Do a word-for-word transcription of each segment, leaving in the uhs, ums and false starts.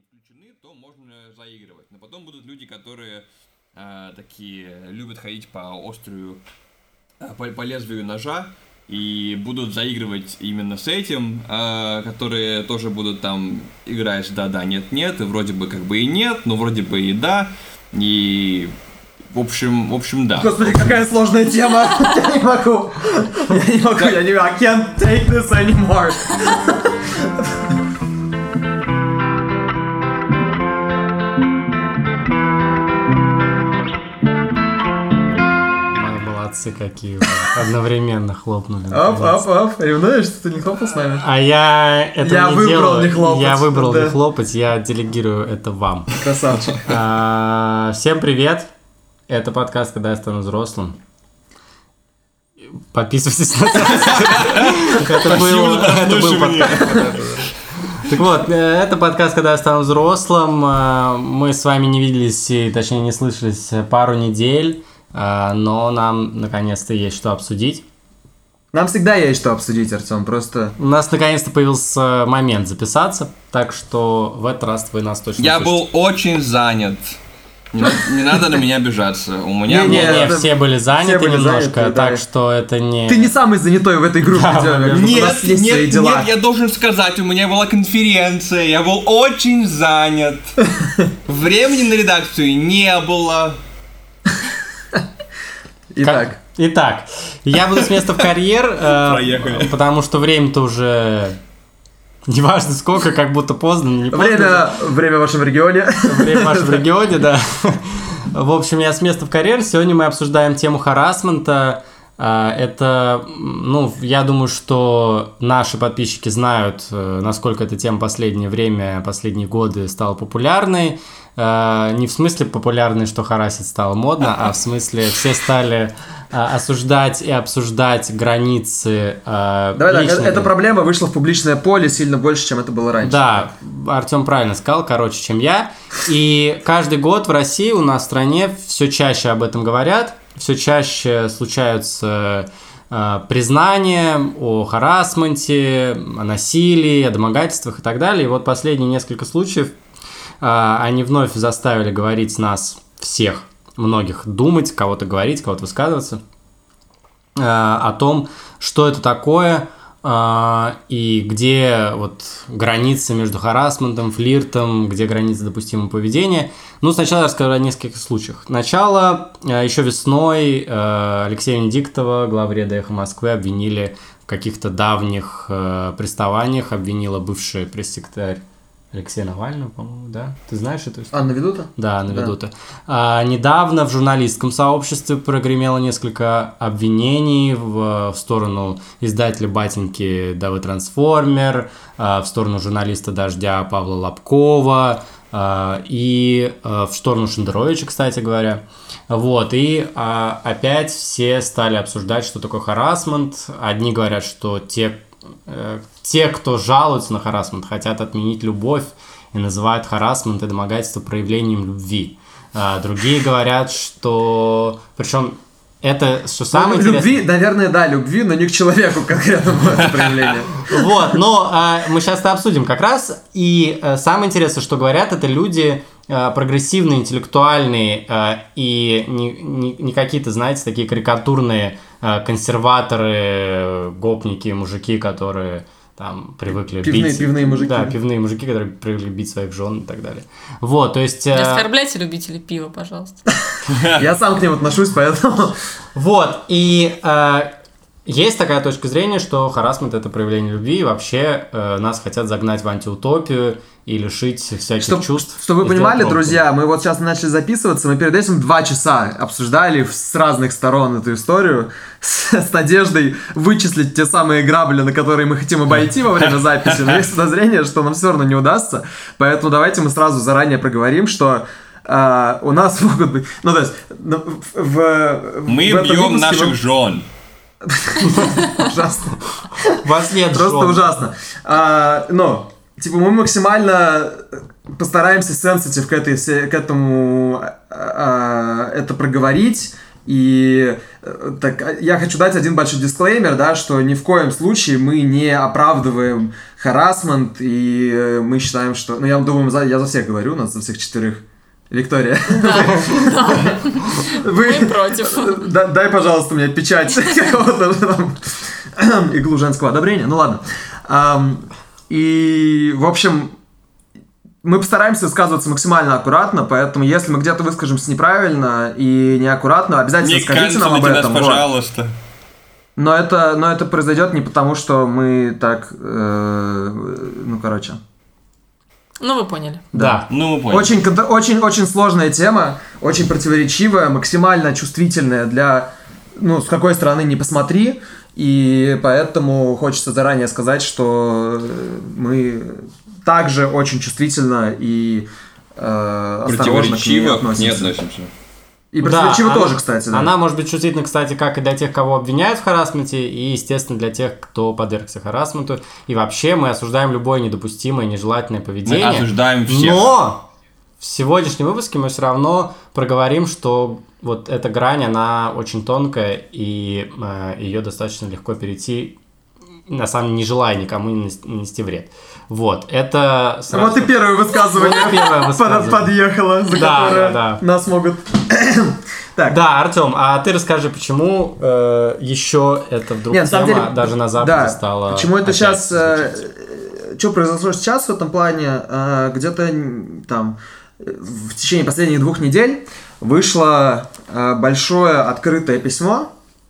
включены, то можно заигрывать. Но потом будут люди, которые э, такие любят ходить по острию, э, по, по лезвию ножа, и будут заигрывать именно с этим, э, которые тоже будут там играть да-да, нет-нет, и вроде бы как бы и нет, но вроде бы и да, и в общем, в общем, да. Господи, какая сложная тема! Я не могу! Я не могу, я не могу! I can't take this anymore! Молодцы какие вы. Одновременно хлопнули. Оп, оп, оп. Ревнуешь, что ты не хлопал с нами? А я это Я не выбрал делаю. не хлопать. Я выбрал Да. не хлопать, я делегирую это вам. Красавчик. А, Всем привет. Это подкаст «Когда я стану взрослым». Подписывайтесь на это был это был подкаст. Так вот, это подкаст «Когда я стану взрослым». Мы с вами не виделись, и, точнее, не слышались пару недель, но нам наконец-то есть что обсудить. Нам всегда есть что обсудить, Артём, просто... У нас наконец-то появился момент записаться, так что в этот раз вы нас точно Я услышите. был очень занят. Не, не надо на меня обижаться. У меня Не, не, было- Не, это- все были заняты все были немножко, заняты, да. так что это не... Ты не самый занятой в этой группе, Да, Демя. нет, У Нет, нас есть свои нет, дела. нет, я должен сказать, у меня была конференция, я был очень занят. Времени на редакцию не было. Итак, Итак, я буду с места в карьер, э, Проехали. потому что время-то уже... Неважно сколько, как будто поздно, но не поздно. время, время в вашем регионе. Время в вашем регионе, да. В общем, я с места в карьер. Сегодня мы обсуждаем тему харассмента. А, Это, ну, я думаю, что наши подписчики знают, э, насколько эта тема последнее время, последние годы стала популярной. А, Не в смысле популярной, что харассить стало модно, а в смысле все стали а, осуждать и обсуждать границы а, Давай так, личной- эта проблема вышла в публичное поле сильно больше, чем это было раньше. Да, Артем правильно сказал, короче, чем я. И каждый год в России у нас в стране все чаще об этом говорят, все чаще случаются э, признания о харассменте, о насилии, о домогательствах и так далее. И вот последние несколько случаев э, они вновь заставили говорить нас всех, многих, думать, кого-то говорить, кого-то высказываться э, о том, что это такое, э, и где вот границы между харассментом, флиртом, где границы допустимого поведения. Ну, сначала я расскажу о нескольких случаях. Начало, э, еще весной э, Алексея Венедиктова, главреда «Эхо Москвы», обвинили в каких-то давних э, приставаниях, обвинила бывшая пресс-секретарь Алексея Навального, по-моему, да? Ты знаешь эту историю? Анна Ведута? Да, на Ведута. А, недавно в журналистском сообществе прогремело несколько обвинений в, в сторону издателя батеньки Давы Трансформер, а, в сторону журналиста «Дождя» Павла Лобкова а, и а, в сторону Шендеровича, кстати говоря. Вот, и а, опять все стали обсуждать, что такое харассмент. Одни говорят, что те, э, те, кто жалуются на харассмент, хотят отменить любовь и называют харассмент и домогательство проявлением любви. А другие говорят, что... Причем это, что самое Ну, интересное... любви, наверное, да, любви, но не к человеку конкретному это проявление. Вот, но а, мы сейчас это обсудим как раз. И а, самое интересное, что говорят, это люди а, прогрессивные, интеллектуальные а, и не, не, не какие-то, знаете, такие карикатурные а, консерваторы, гопники, мужики, которые там привыкли Пивные- бить... пивные мужики. Да, пивные мужики, которые привыкли бить своих жен и так далее. Вот, то есть... Не а, оскорбляйте любителей пива, пожалуйста. Я сам к ним отношусь, поэтому... Вот, и э, есть такая точка зрения, что харассмент – это проявление любви, и вообще э, нас хотят загнать в антиутопию и лишить всяких Чтоб- чувств. Чтобы вы и сделать понимали, пробку. друзья, мы вот сейчас начали записываться, мы перед этим два часа обсуждали с разных сторон эту историю с, с надеждой вычислить те самые грабли, на которые мы хотим обойти во время записи, но есть подозрение, что нам все равно не удастся, поэтому давайте мы сразу заранее проговорим, что а, у нас могут быть... Ну, то есть, ну, в, в, Мы в этом бьем выпуске наших мы- жен. Ужасно. У вас нет Просто жен. ужасно. А, но, типа, мы максимально постараемся сенситив к, этой, все- к этому а, а, это проговорить И так, я хочу дать один большой дисклеймер, да, что ни в коем случае мы не оправдываем харассмент, и мы считаем, что... Ну, я думаю, я за всех говорю, у нас за всех четверых. Виктория. Мы против. Дай, пожалуйста, мне печать какого-то иглу женского одобрения. Ну ладно. И, в общем, мы постараемся высказываться максимально аккуратно, поэтому если мы где-то выскажемся неправильно и неаккуратно, обязательно скажите нам об этом. Нас, пожалуйста. Но это, но это произойдет не потому, что мы так, ну, короче... Ну, вы поняли. Да. Ну, мы поняли. Очень, очень, очень сложная тема, очень противоречивая, максимально чувствительная для, ну, с какой стороны не посмотри, и поэтому хочется заранее сказать, что мы также очень чувствительно и э, осторожно к ней относимся. Не относимся. И противоречиво да, тоже, она, кстати. Да. Она может быть чувствительна, кстати, как и для тех, кого обвиняют в харассменте, и, естественно, для тех, кто подвергся харассменту. И вообще мы осуждаем любое недопустимое, нежелательное поведение. Мы осуждаем всех. Но в сегодняшнем выпуске мы все равно проговорим, что вот эта грань, она очень тонкая, и э, ее достаточно легко перейти, на самом деле, не желая никому нанести вред. Вот, это... Сразу... Вот и первое высказывание, вот первое высказывание. подъехало, за да, которое да. нас могут... так. Да, Артем, а ты расскажи, почему э, еще это вдруг Нет, тема деле, даже на Западе да, стала... Почему это сейчас... Э, что произошло сейчас в этом плане? Э, где-то там в течение последних двух недель вышло э, большое открытое письмо,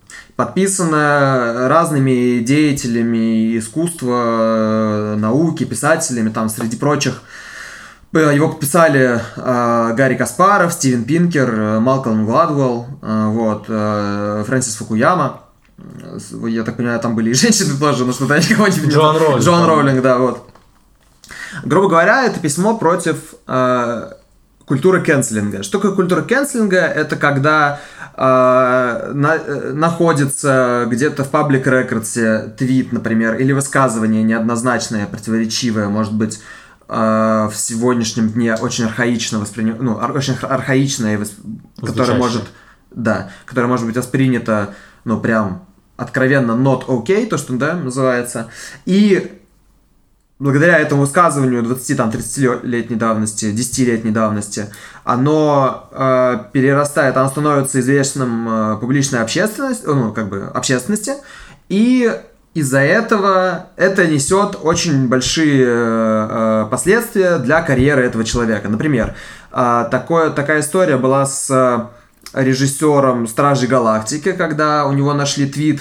подписанная разными деятелями искусства, науки, писателями, там среди прочих. Его подписали э, Гарри Каспаров, Стивен Пинкер, э, Малкольм Гладуэлл, э, вот, э, Фрэнсис Фукуяма. Я так понимаю, там были и женщины тоже, но что-то я никого не видел. Джоан Роулинг. Джоан Роулинг, да, вот. Грубо говоря, это письмо против э, культуры кэнселинга. Что такое культура кэнселинга? Это когда э, на, э, находится где-то в паблик рекордсе твит, например, или высказывание неоднозначное, противоречивое, может быть, э, в сегодняшнем дне очень архаично воспринято, ну, ар- очень архаичное, восп... которое может, да, которое может быть воспринято, ну, прям откровенно not okay, то, что, да, называется, и благодаря этому высказыванию двадцати-тридцатилетней давности, десятилетней давности, оно э, перерастает, оно становится известным э, публичной общественности, ну, как бы, общественности, и из-за этого это несет очень большие э, последствия для карьеры этого человека. Например, э, такое, такая история была с режиссером «Стражей Галактики», когда у него нашли твит,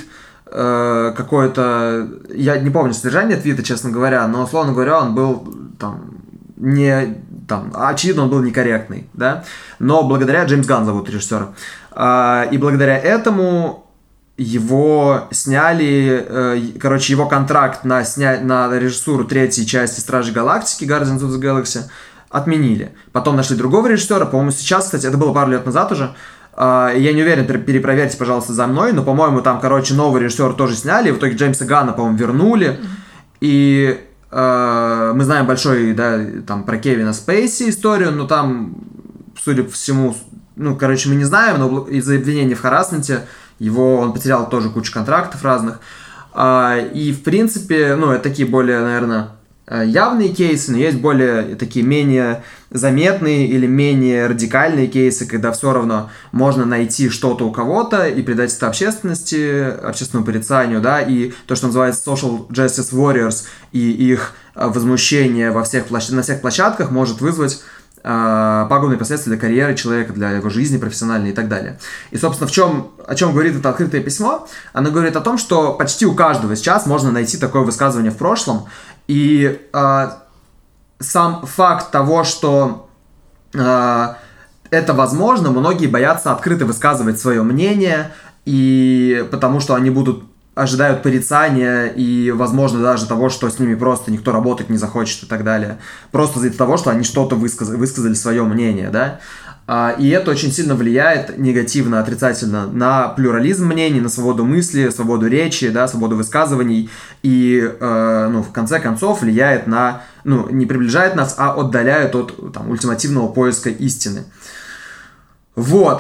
какое-то, я не помню содержание твита, честно говоря, но, условно говоря, он был там не, там, очевидно, он был некорректный, да, но благодаря, Джеймс Ганн зовут режиссера, и благодаря этому его сняли, короче, его контракт на, сня... на режиссуру третьей части Стражей Галактики, Guardians of the Galaxy, отменили. Потом нашли другого режиссера, по-моему, сейчас, кстати, это было пару лет назад уже. Uh, я не уверен, перепроверьте, пожалуйста, за мной, но, по-моему, там, короче, новый режиссер тоже сняли, и в итоге Джеймса Ганна, по-моему, вернули, и uh, мы знаем большой, да, там, про Кевина Спейси историю, но там, судя по всему, ну, короче, мы не знаем, но из-за обвинений в харассменте его, он потерял тоже кучу контрактов разных, uh, и, в принципе, ну, это такие более, наверное, явные кейсы, но есть более такие менее заметные или менее радикальные кейсы, когда все равно можно найти что-то у кого-то и придать это общественности, общественному порицанию, да, и то, что называется social justice warriors, и их возмущение во всех площад... на всех площадках может вызвать э, пагубные последствия для карьеры человека, для его жизни профессиональной и так далее. И, собственно, в чем, о чем говорит это открытое письмо? Оно говорит о том, что почти у каждого сейчас можно найти такое высказывание в прошлом, и э, сам факт того, что э, это возможно, многие боятся открыто высказывать свое мнение, и потому что они будут ожидают порицания и, возможно, даже того, что с ними просто никто работать не захочет и так далее. Просто из-за того, что они что-то высказали, высказали свое мнение, да. И это очень сильно влияет негативно, отрицательно на плюрализм мнений, на свободу мысли, свободу речи, да, свободу высказываний. И, э, ну, в конце концов, влияет на, ну, не приближает нас, а отдаляет от там, ультимативного поиска истины. Вот.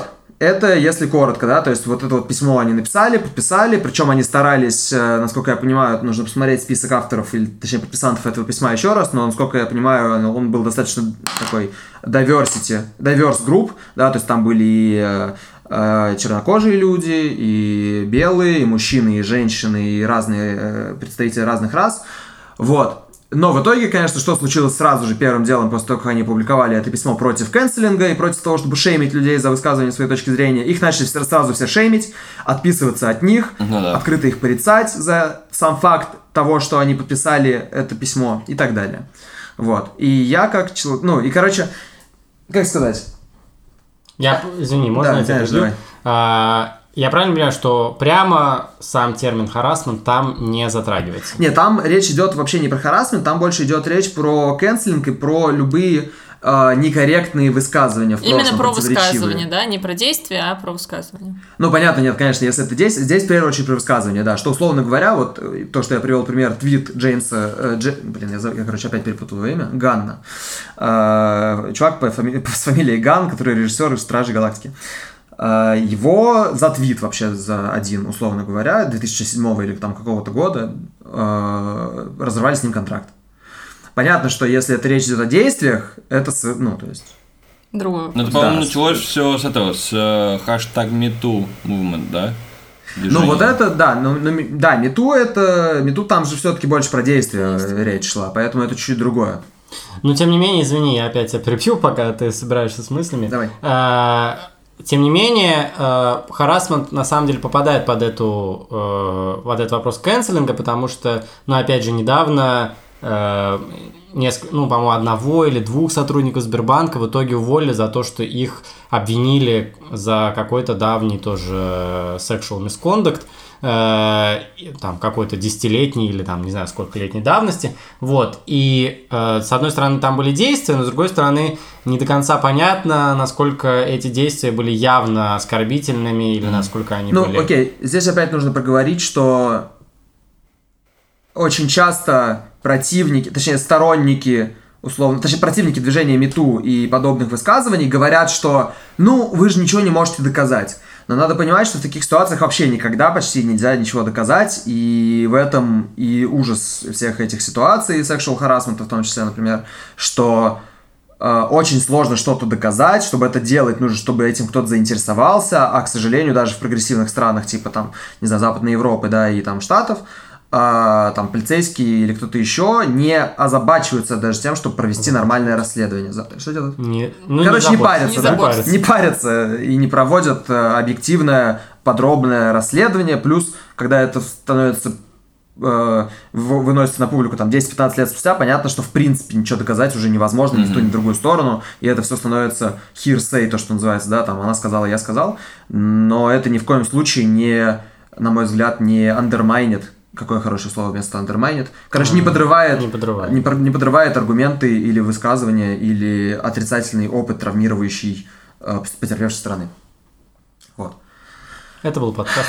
Это если коротко, да, то есть вот это вот письмо они написали, подписали, причем они старались, насколько я понимаю, нужно посмотреть список авторов, или точнее подписантов этого письма еще раз, но насколько я понимаю, он был достаточно такой diversity, diverse group, да, то есть там были и э, чернокожие люди, и белые, и мужчины, и женщины, и разные э, представители разных рас, вот. Но в итоге, конечно, что случилось сразу же первым делом, после того, как они опубликовали это письмо против канцелинга и против того, чтобы шеймить людей за высказывание своей точки зрения, их начали сразу все шеймить, отписываться от них, ну, да. открыто их порицать за сам факт того, что они подписали это письмо и так далее. Вот. И я как человек... Ну, и, короче, как сказать? Я, извини, можно да, я тебя перебью? А, я правильно понимаю, что прямо сам термин харассмент там не затрагивается? Нет, там речь идет вообще не про харассмент, там больше идет речь про кэнселинг и про любые э, некорректные высказывания в прошлом. Именно про высказывания, да? Не про действия, а про высказывания. Ну, понятно, нет, конечно, если это действие, здесь в первую очередь про высказывания, да, что, условно говоря, вот то, что я привел пример, твит Джеймса, э, Дж... блин, я, я, короче, опять перепутал его имя, Ганна, э, чувак по фами... с фамилией Ган, который режиссер «Стражей Галактики». Его за твит вообще, за один, условно говоря, две тысячи седьмого или там какого-то года э, разорвали с ним контракт. Понятно, что если это речь идет о действиях, это, ну, то есть... Другое. Ну, это, по-моему, да, началось все с этого, с э, хэштег MeToo movement, да? Движение. Ну, вот это, да, ну, ну, да, MeToo это... MeToo там же все-таки больше про действия речь шла, поэтому это чуть-чуть другое. Но, тем не менее, извини, я опять тебя перебью, пока ты собираешься с мыслями. Давай. А, тем не менее, э, харассмент на самом деле попадает под, эту, э, под этот вопрос кэнселинга, потому что, ну, опять же, недавно э, несколько, ну, по-моему, одного или двух сотрудников Сбербанка в итоге уволили за то, что их обвинили за какой-то давний тоже sexual misconduct, э, там какой-то десятилетний или там не знаю сколько летней давности, вот, и э, с одной стороны там были действия, но с другой стороны не до конца понятно, насколько эти действия были явно оскорбительными или насколько они ну, были... Ну, окей, здесь опять нужно проговорить, что очень часто противники, точнее сторонники, условно, точнее противники движения MeToo и подобных высказываний говорят, что ну вы же ничего не можете доказать. Но надо понимать, что в таких ситуациях вообще никогда почти нельзя ничего доказать, и в этом и ужас всех этих ситуаций, sexual harassment в том числе, например, что э, очень сложно что-то доказать, чтобы это делать, нужно, чтобы этим кто-то заинтересовался, а, к сожалению, даже в прогрессивных странах, типа там, не знаю, Западной Европы, да, и там Штатов, там полицейские или кто-то еще не озабачиваются даже тем, чтобы провести нормальное расследование. Что делают? Не, ну, Короче, не, не парятся, не да? парятся. Не парятся и не проводят объективное, подробное расследование. Плюс, когда это становится э, выносится на публику там десять-пятнадцать лет спустя, понятно, что в принципе ничего доказать уже невозможно ни в ту, ни в другую сторону, и это все становится hearsay, то, что называется, да, там она сказала, я сказал, но это ни в коем случае не, на мой взгляд, не undermined. Какое хорошее слово вместо undermined. Короче, а, не подрывает, не подрывает. Не, не подрывает аргументы или высказывания, или отрицательный опыт, травмирующий э, потерпевшей стороны. Вот. Это был подкаст.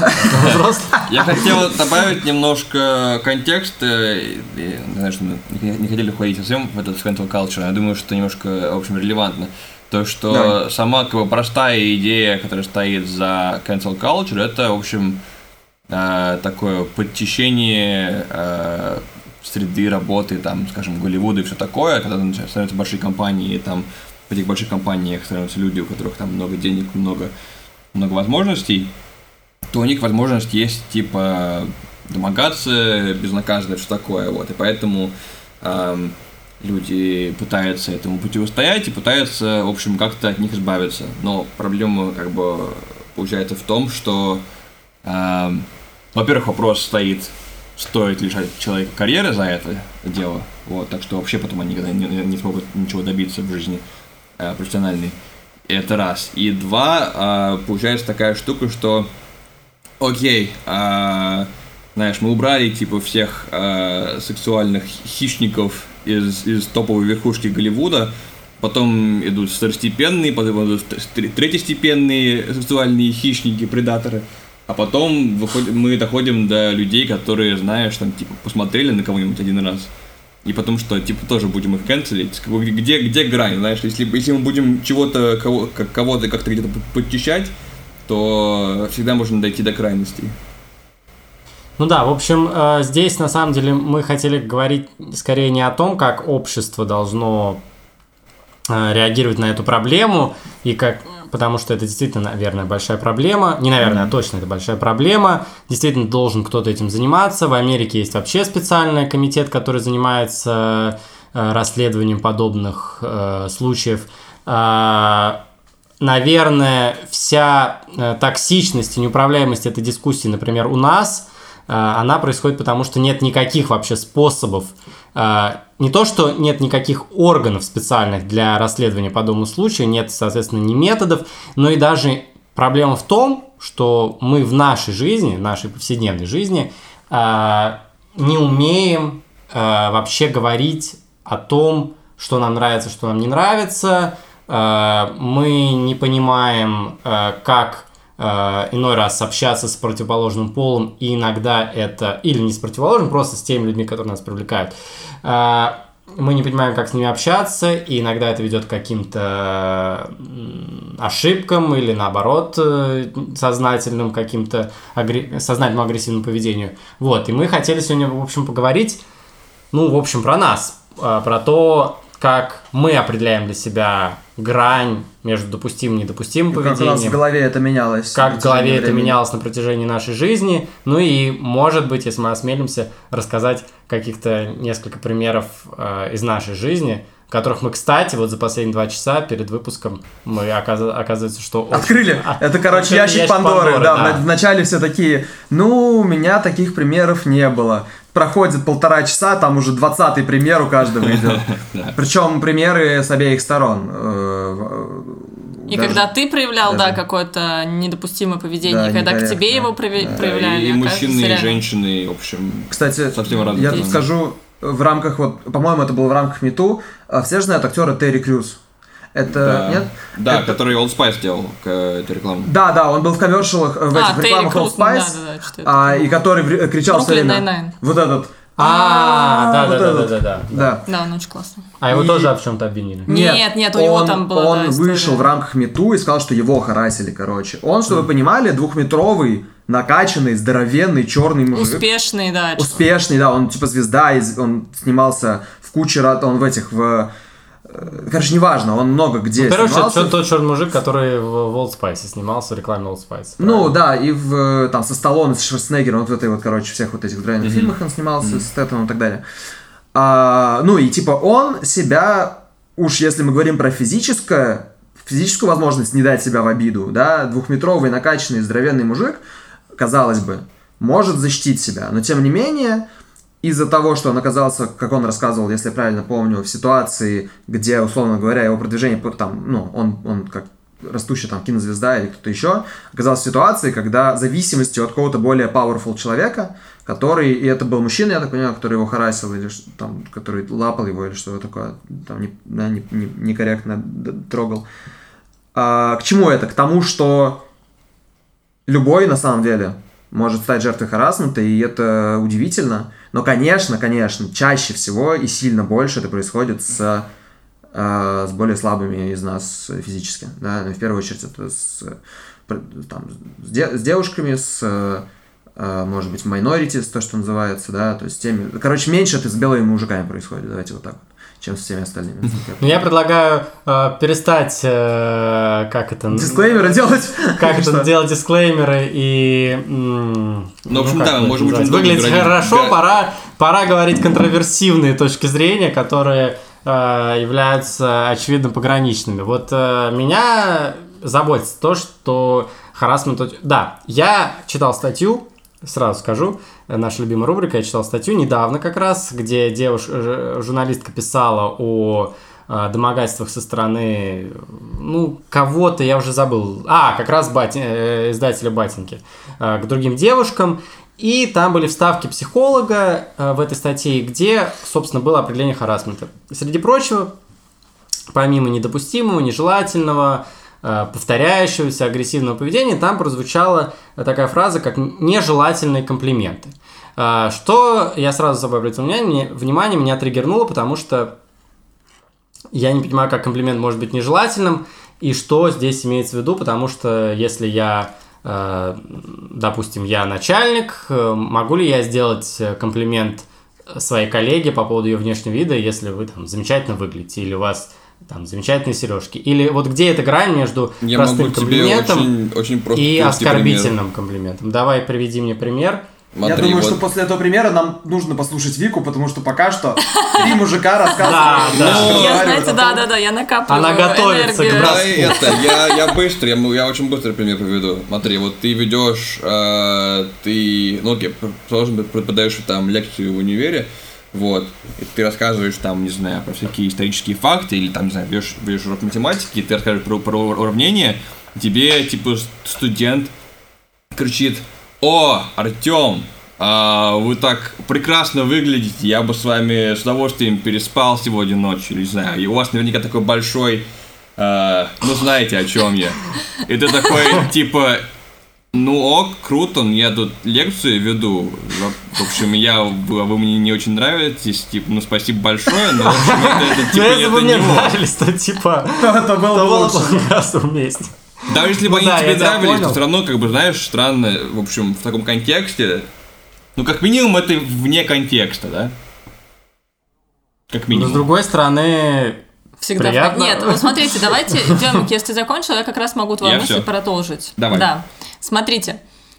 Я хотел добавить немножко контекста. Знаешь, мы не хотели входить совсем в этот cancel culture. Я думаю, что немножко, в общем, релевантно. То, что сама как бы простая идея, которая стоит за cancel culture, это, в общем, такое подчищение э, среды работы, там, скажем, Голливуда и все такое, когда становятся большие компании, там, в этих больших компаниях становятся люди, у которых там много денег, много, много возможностей, то у них возможность есть, типа, домогаться безнаказанно, все такое, вот, и поэтому э, люди пытаются этому противостоять и пытаются, в общем, как-то от них избавиться, но проблема, как бы, получается в том, что э, во-первых, вопрос стоит, стоит лишать человека карьеры за это дело, вот, так что вообще потом они никогда не, не смогут ничего добиться в жизни э, профессиональной. Это раз. И два, э, получается такая штука, что окей, э, знаешь, мы убрали типа всех э, сексуальных хищников из, из топовой верхушки Голливуда, потом идут второстепенные, потом идут третьестепенные сексуальные хищники, предаторы. А потом выходим, мы доходим до людей, которые, знаешь, там, типа, посмотрели на кого-нибудь один раз, и потом что, типа, тоже будем их канцелить. Где, где грань, знаешь, если, если мы будем чего-то, кого, кого-то как-то где-то подчищать, то всегда можно дойти до крайностей. Ну да, в общем, здесь на самом деле мы хотели говорить скорее не о том, как общество должно реагировать на эту проблему, и как, потому что это действительно, наверное, большая проблема. Не наверное, а точно это большая проблема. Действительно должен кто-то этим заниматься. В Америке есть вообще специальный комитет, который занимается расследованием подобных э, случаев. Э, наверное, вся э, токсичность и неуправляемость этой дискуссии, например, у нас, э, она происходит потому, что нет никаких вообще способов. Uh, не то, что нет никаких органов специальных для расследования подобных случаев, нет, соответственно, ни методов, но и даже проблема в том, что мы в нашей жизни, в нашей повседневной жизни uh, не умеем uh, вообще говорить о том, что нам нравится, что нам не нравится. Uh, мы не понимаем, uh, как Uh, иной раз общаться с противоположным полом, и иногда это, или не с противоположным, просто с теми людьми, которые нас привлекают. Uh, мы не понимаем, как с ними общаться, и иногда это ведет к каким-то ошибкам или, наоборот, сознательным каким-то агр... сознательному агрессивному поведению. Вот, и мы хотели сегодня, в общем, поговорить, ну, в общем, про нас, uh, про то, как мы определяем для себя грань между допустимым и недопустимым и поведением. Как у нас в голове это менялось. Как в голове это менялось на протяжении нашей жизни. Ну и, может быть, если мы осмелимся, рассказать каких-то несколько примеров э, из нашей жизни, которых мы, кстати, вот за последние два часа перед выпуском мы, оказ... оказывается, что... Открыли. Это, короче, ящик, ящик Пандоры. Пандоры да. Да. Вначале все такие, ну, у меня таких примеров не было. Проходит полтора часа, там уже двадцатый пример у каждого идет. Причем примеры с обеих сторон. И даже, когда ты проявлял, даже, да, какое-то недопустимое поведение, да, когда к тебе да, его прояв... да. проявляли. И мужчины, и женщины, в общем, кстати, совсем разные. Я тут скажу, в рамках, вот, по-моему, это было в рамках МИТУ, все же знают актера Терри Крюс. Это, да. нет? Да, это... который Old Spice делал к этой рекламе. Да, да, он был в коммершалах, в этих а, рекламах Old Spice, да, да, да, а, и который кричал все время. Nine-Nine. Вот этот. А, да, да, да, да, да, да. Да, он очень классный. А его тоже в чем-то обвинили? Нет, нет, у него там было. Он вышел в рамках МИТУ и сказал, что его харасили, короче. Он, чтобы вы понимали, двухметровый, накачанный, здоровенный, черный мужик. Успешный, да. Успешный, да, он типа звезда, он снимался в куче, он в этих, в... Короче, неважно, он много где ну, короче, снимался. Короче, тот черный мужик, который в Old Spice снимался в рекламе Old Spice. Правильно? Ну, да, и в, там, со Сталлоне, с Шварценеггером, вот в этой вот, короче, всех вот этих драйвных mm-hmm. фильмах он снимался, mm-hmm. с Тетоном и так далее. А, ну, и типа он себя, уж если мы говорим про физическое, физическую возможность не дать себя в обиду, да, двухметровый, накачанный, здоровенный мужик, казалось бы, может защитить себя, но тем не менее... Из-за того, что он оказался, как он рассказывал, если я правильно помню, в ситуации, где, условно говоря, его продвижение, там, ну, он, он как растущая там кинозвезда или кто-то еще, оказался в ситуации, когда в зависимости от какого-то более powerful человека, который, и это был мужчина, я так понимаю, который его харасил, или там, который лапал его, или что-то такое, там, не, да, не, не, некорректно трогал. А, к чему это? К тому, что любой, на самом деле, может стать жертвой харассмента, и это удивительно. Но, конечно, конечно, чаще всего и сильно больше это происходит с, э, с более слабыми из нас физически. Да? Ну, в первую очередь это с, там, с, де, с девушками, с, э, может быть, minorities, то, что называется, да, то есть теми... Короче, меньше это с белыми мужиками происходит, давайте вот так вот, чем с всеми остальными. Ну, я предлагаю э, перестать, э, как это... Дисклеймеры делать? Как это делать дисклеймеры и... М- ну, в общем, да, мы можем очень выглядеть хорошо, пора, пора говорить контроверсивные точки зрения, которые э, являются, очевидно, пограничными. Вот э, меня заботит то, что харассмент... Да, я читал статью, сразу скажу, наша любимая рубрика, я читал статью недавно как раз, где девушка, журналистка писала о э, домогательствах со стороны, ну, кого-то, я уже забыл, а, как раз бати, э, издателя Батеньки, э, к другим девушкам, и там были вставки психолога э, в этой статье, где, собственно, было определение харассмента. Среди прочего, помимо недопустимого, нежелательного, повторяющегося агрессивного поведения, там прозвучала такая фраза, как «нежелательные комплименты». Что я сразу собой обратил внимание, внимание, меня триггернуло, потому что я не понимаю, как комплимент может быть нежелательным, и что здесь имеется в виду, потому что если я, э, допустим, я начальник, могу ли я сделать комплимент своей коллеге по поводу ее внешнего вида, если вы там замечательно выглядите, или у вас там замечательные сережки, или вот где эта грань между я простым комплиментом очень, очень и оскорбительным пример. комплиментом? Давай приведи мне пример. Смотри, я думаю, вот... что после этого примера нам нужно послушать Вику, потому что пока что три мужика рассказывают. Да, да. Я, знаете, да-да-да, я накапливаю Она готовится к братству. Я, я быстро, я, я очень быстрый пример приведу. Смотри, вот ты ведешь, э, ты, ну окей, сложно преподаешь там лекцию в универе, вот, и ты рассказываешь там, не знаю, про всякие исторические факты, или там, не знаю, ведешь, ведешь урок математики, и ты расскажешь про, про уравнение, тебе, типа, студент кричит: «О, Артём, а, вы так прекрасно выглядите, я бы с вами с удовольствием переспал сегодня ночью», не знаю, и у вас наверняка такой большой, а, ну знаете, о чем я. И ты такой, типа, ну ок, круто, я тут лекцию веду, в общем, я, вы, вы мне не очень нравитесь, типа, ну спасибо большое, но, в общем, это, это типа, если бы мне нравились, то, типа, это было бы лучше вместе. Даже если бы ну, они да, тебе нравились, то все равно, как бы, знаешь, странно, в общем, в таком контексте. Ну, как минимум, это вне контекста, да? Как минимум. Но, с другой стороны, всегда приятно. Нет, вот смотрите, давайте, Демик, если ты закончил, я как раз могу твою мысль продолжить. Давай. Да, смотрите,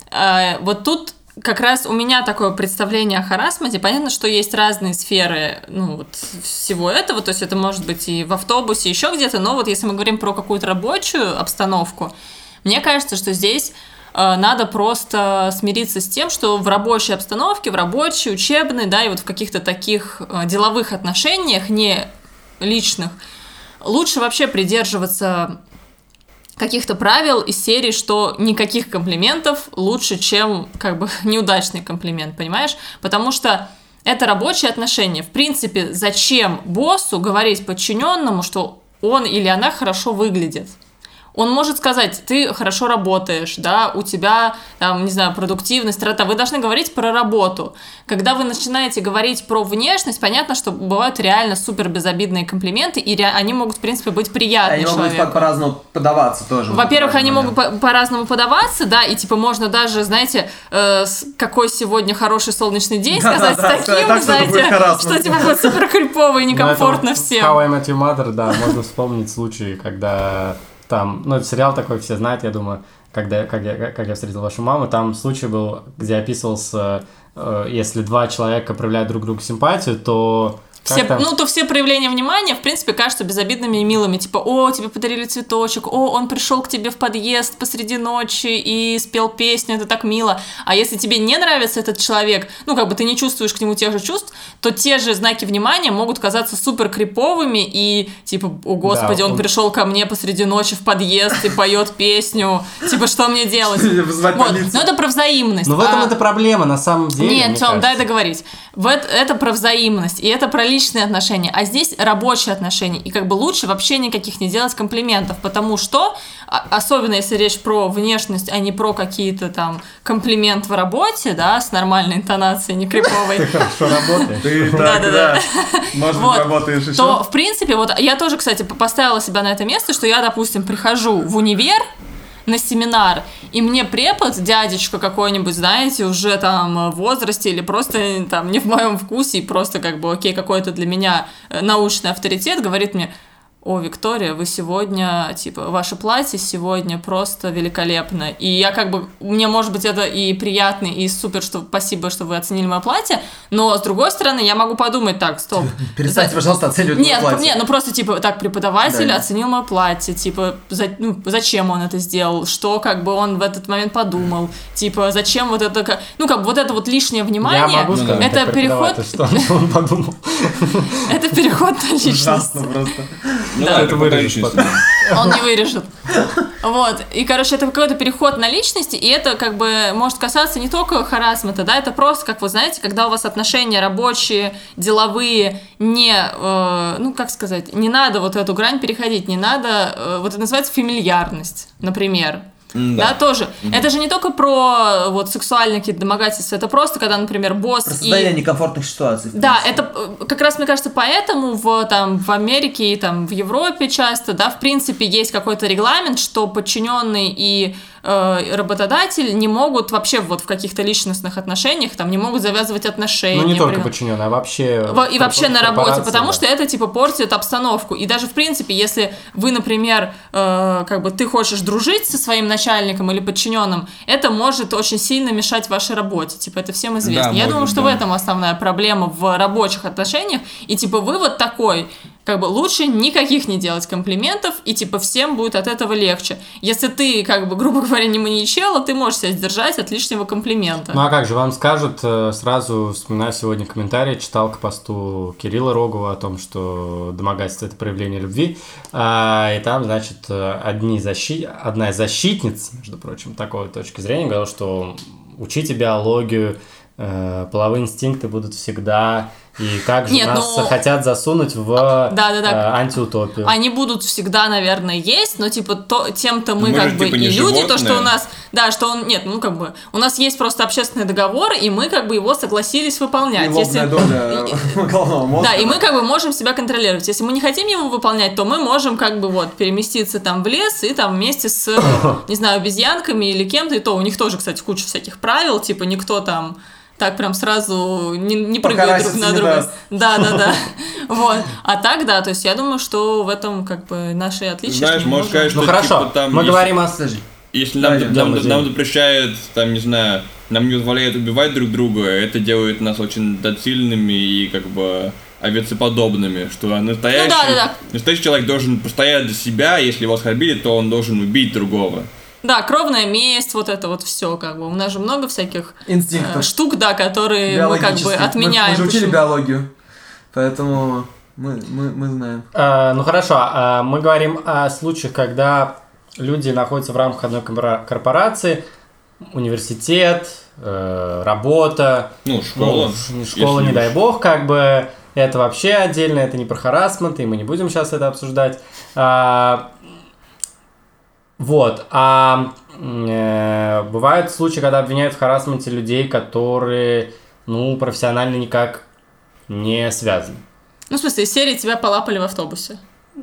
э, вот тут как раз у меня такое представление о харассменте. Понятно, что есть разные сферы, ну, вот, всего этого, то есть это может быть и в автобусе, еще где-то, но вот если мы говорим про какую-то рабочую обстановку, мне кажется, что здесь э, надо просто смириться с тем, что в рабочей обстановке, в рабочей, учебной, да, и вот в каких-то таких э, деловых отношениях, не личных, лучше вообще придерживаться каких-то правил из серии, что никаких комплиментов лучше, чем как бы неудачный комплимент, понимаешь? Потому что это рабочие отношения. В принципе, зачем боссу говорить подчиненному, что он или она хорошо выглядит? Он может сказать: ты хорошо работаешь, да, у тебя, там, не знаю, продуктивность, работа. Вы должны говорить про работу. Когда вы начинаете говорить про внешность, понятно, что бывают реально супер безобидные комплименты, и ре- они могут, в принципе, быть приятны они человеку. Они могут по-разному подаваться тоже. Во-первых, они могут по- по-разному подаваться, да, и, типа, можно даже, знаете, э, какой сегодня хороший солнечный день сказать с таким, знаете, что, типа, будет супер крипово и некомфортно всем. How I Met Your Mother, да, можно вспомнить случай, когда... Там, ну, это сериал такой, все знают, я думаю, когда, как, я, как я встретил вашу маму. Там случай был, где описывался, э, если два человека проявляют друг другу симпатию, то... Все, ну, то все проявления внимания, в принципе, кажутся безобидными и милыми. Типа: о, тебе подарили цветочек, о, он пришел к тебе в подъезд посреди ночи и спел песню, это так мило. А если тебе не нравится этот человек, ну, как бы ты не чувствуешь к нему тех же чувств, то те же знаки внимания могут казаться супер криповыми и, типа, о, господи, да, он, он пришел ко мне посреди ночи в подъезд и поет песню, типа, что мне делать? Вот. Но это про взаимность. Но в этом это проблема, на самом деле. Нет, Тём, дай договорить. Это про взаимность, и это про личные отношения, а здесь рабочие отношения, и как бы лучше вообще никаких не делать комплиментов, потому что, особенно если речь про внешность, а не про какие-то там комплимент в работе, да, с нормальной интонацией, не криповой. Ты хорошо работаешь. Ты так, да, может быть, работаешь еще. То, в принципе, вот я тоже, кстати, поставила себя на это место, что я, допустим, прихожу в универ, на семинар, и мне препод, дядечка какой-нибудь, знаете, уже там в возрасте или просто там не в моем вкусе, и просто как бы окей, какой-то для меня научный авторитет, говорит мне: о, Виктория, вы сегодня, типа, ваше платье сегодня просто великолепно. И я как бы, мне, может быть, это и приятно, и супер, что спасибо, что вы оценили мое платье, но, с другой стороны, я могу подумать: так, стоп. Перестаньте, за... пожалуйста, оценивать нет, мое платье. Нет, ну просто, типа, так, преподаватель да. оценил мое платье, типа, за... ну, зачем он это сделал, что, как бы, он в этот момент подумал, типа, зачем вот это, ну, как бы, вот это вот лишнее внимание, я могу сказать, это переход... Что он подумал. Это переход на личность. Ужасно просто. Ну, да, это вырежешь потом. Он не вырежет. Вот. И, короче, это какой-то переход на личности, и это как бы может касаться не только харассмента, да, это просто, как вы знаете, когда у вас отношения рабочие, деловые, не, э, ну, как сказать, не надо вот эту грань переходить, не надо, э, вот это называется фамильярность, например. да, Да. тоже. Это же не только про вот сексуальные какие-то домогательства, это просто, когда, например, босс Про и... создание некомфортных ситуаций. в Да, принципе. это э, как раз, мне кажется, поэтому в, там, в Америке и там, в Европе часто, да, в принципе, есть какой-то регламент, что подчиненный и э, работодатель не могут вообще вот в каких-то личностных отношениях, там, не могут завязывать отношения. Ну, не только при- подчиненные, а вообще... Во- И вообще на работе, корпорации, потому да. что это типа портит обстановку. И даже в принципе, если вы, например, э, как бы ты хочешь дружить со своим начальником или подчиненным, это может очень сильно мешать вашей работе. Типа это всем известно. Да, Я может, думаю, что да. в этом основная проблема в рабочих отношениях. И типа вывод такой. Как бы лучше никаких не делать комплиментов, и типа всем будет от этого легче. Если ты, как бы, грубо говоря, не маньячела, ты можешь себя сдержать от лишнего комплимента. Ну а как же, вам скажут, э, сразу вспоминаю сегодня комментарий, читал к посту Кирилла Рогова о том, что домогательство – это проявление любви, а, и там, значит, э, одни защи... одна из защитниц, между прочим, такой точки зрения, говорила, что учите биологию, э, половые инстинкты будут всегда, и как же Нет, нас ну- хотят засунуть в Да-да-да. э, антиутопию. Они будут всегда, наверное, есть, но типа то, тем-то мы, Мы как же, бы типа, и не люди, то, что животные. у нас, да, что он, нет, ну как бы, у нас есть просто общественный договор, и мы как бы его согласились И выполнять. лобная доля головного мозга. Да, и мы как бы можем себя контролировать. Если мы не хотим его выполнять, то мы можем как бы вот переместиться там в лес и там вместе с, не знаю, обезьянками или кем-то, и то у них тоже, кстати, куча всяких правил, типа никто там так прям сразу не, не прыгает друг Покараситься на не друга. даст. Да, да, да. Вот. А так, да, то есть я думаю, что в этом как бы наши отличия. Знаешь, что мы можно можем- сказать, Ну что хорошо, типа, там мы если- говорим о... Подожди. Если нам, Да, нам, да, нам, извини. запрещают, там, не знаю, нам не позволяют убивать друг друга, это делает нас очень доцильными и как бы овецеподобными, что настоящий, Ну да, да, да. настоящий человек должен постоять за себя, если его оскорбили, то он должен убить другого. Да, кровная месть, вот это вот все, как бы. У нас же много всяких э, Инстинктов. штук, да, которые мы как бы Биологических. отменяем. Мы, мы же учили Почему? биологию, поэтому мы, мы, мы знаем. Э, ну хорошо, а мы говорим о случаях, когда люди находятся в рамках одной кора- корпорации, университет, э, работа, Ну, школа. ну, ш- школа, не если дай уж. бог, как бы это вообще отдельно, это не про харассмент, и мы не будем сейчас это обсуждать. А, вот, а э, бывают случаи, когда обвиняют в харассменте людей, которые, ну, профессионально никак не связаны. Ну, в смысле, из серии тебя полапали в автобусе.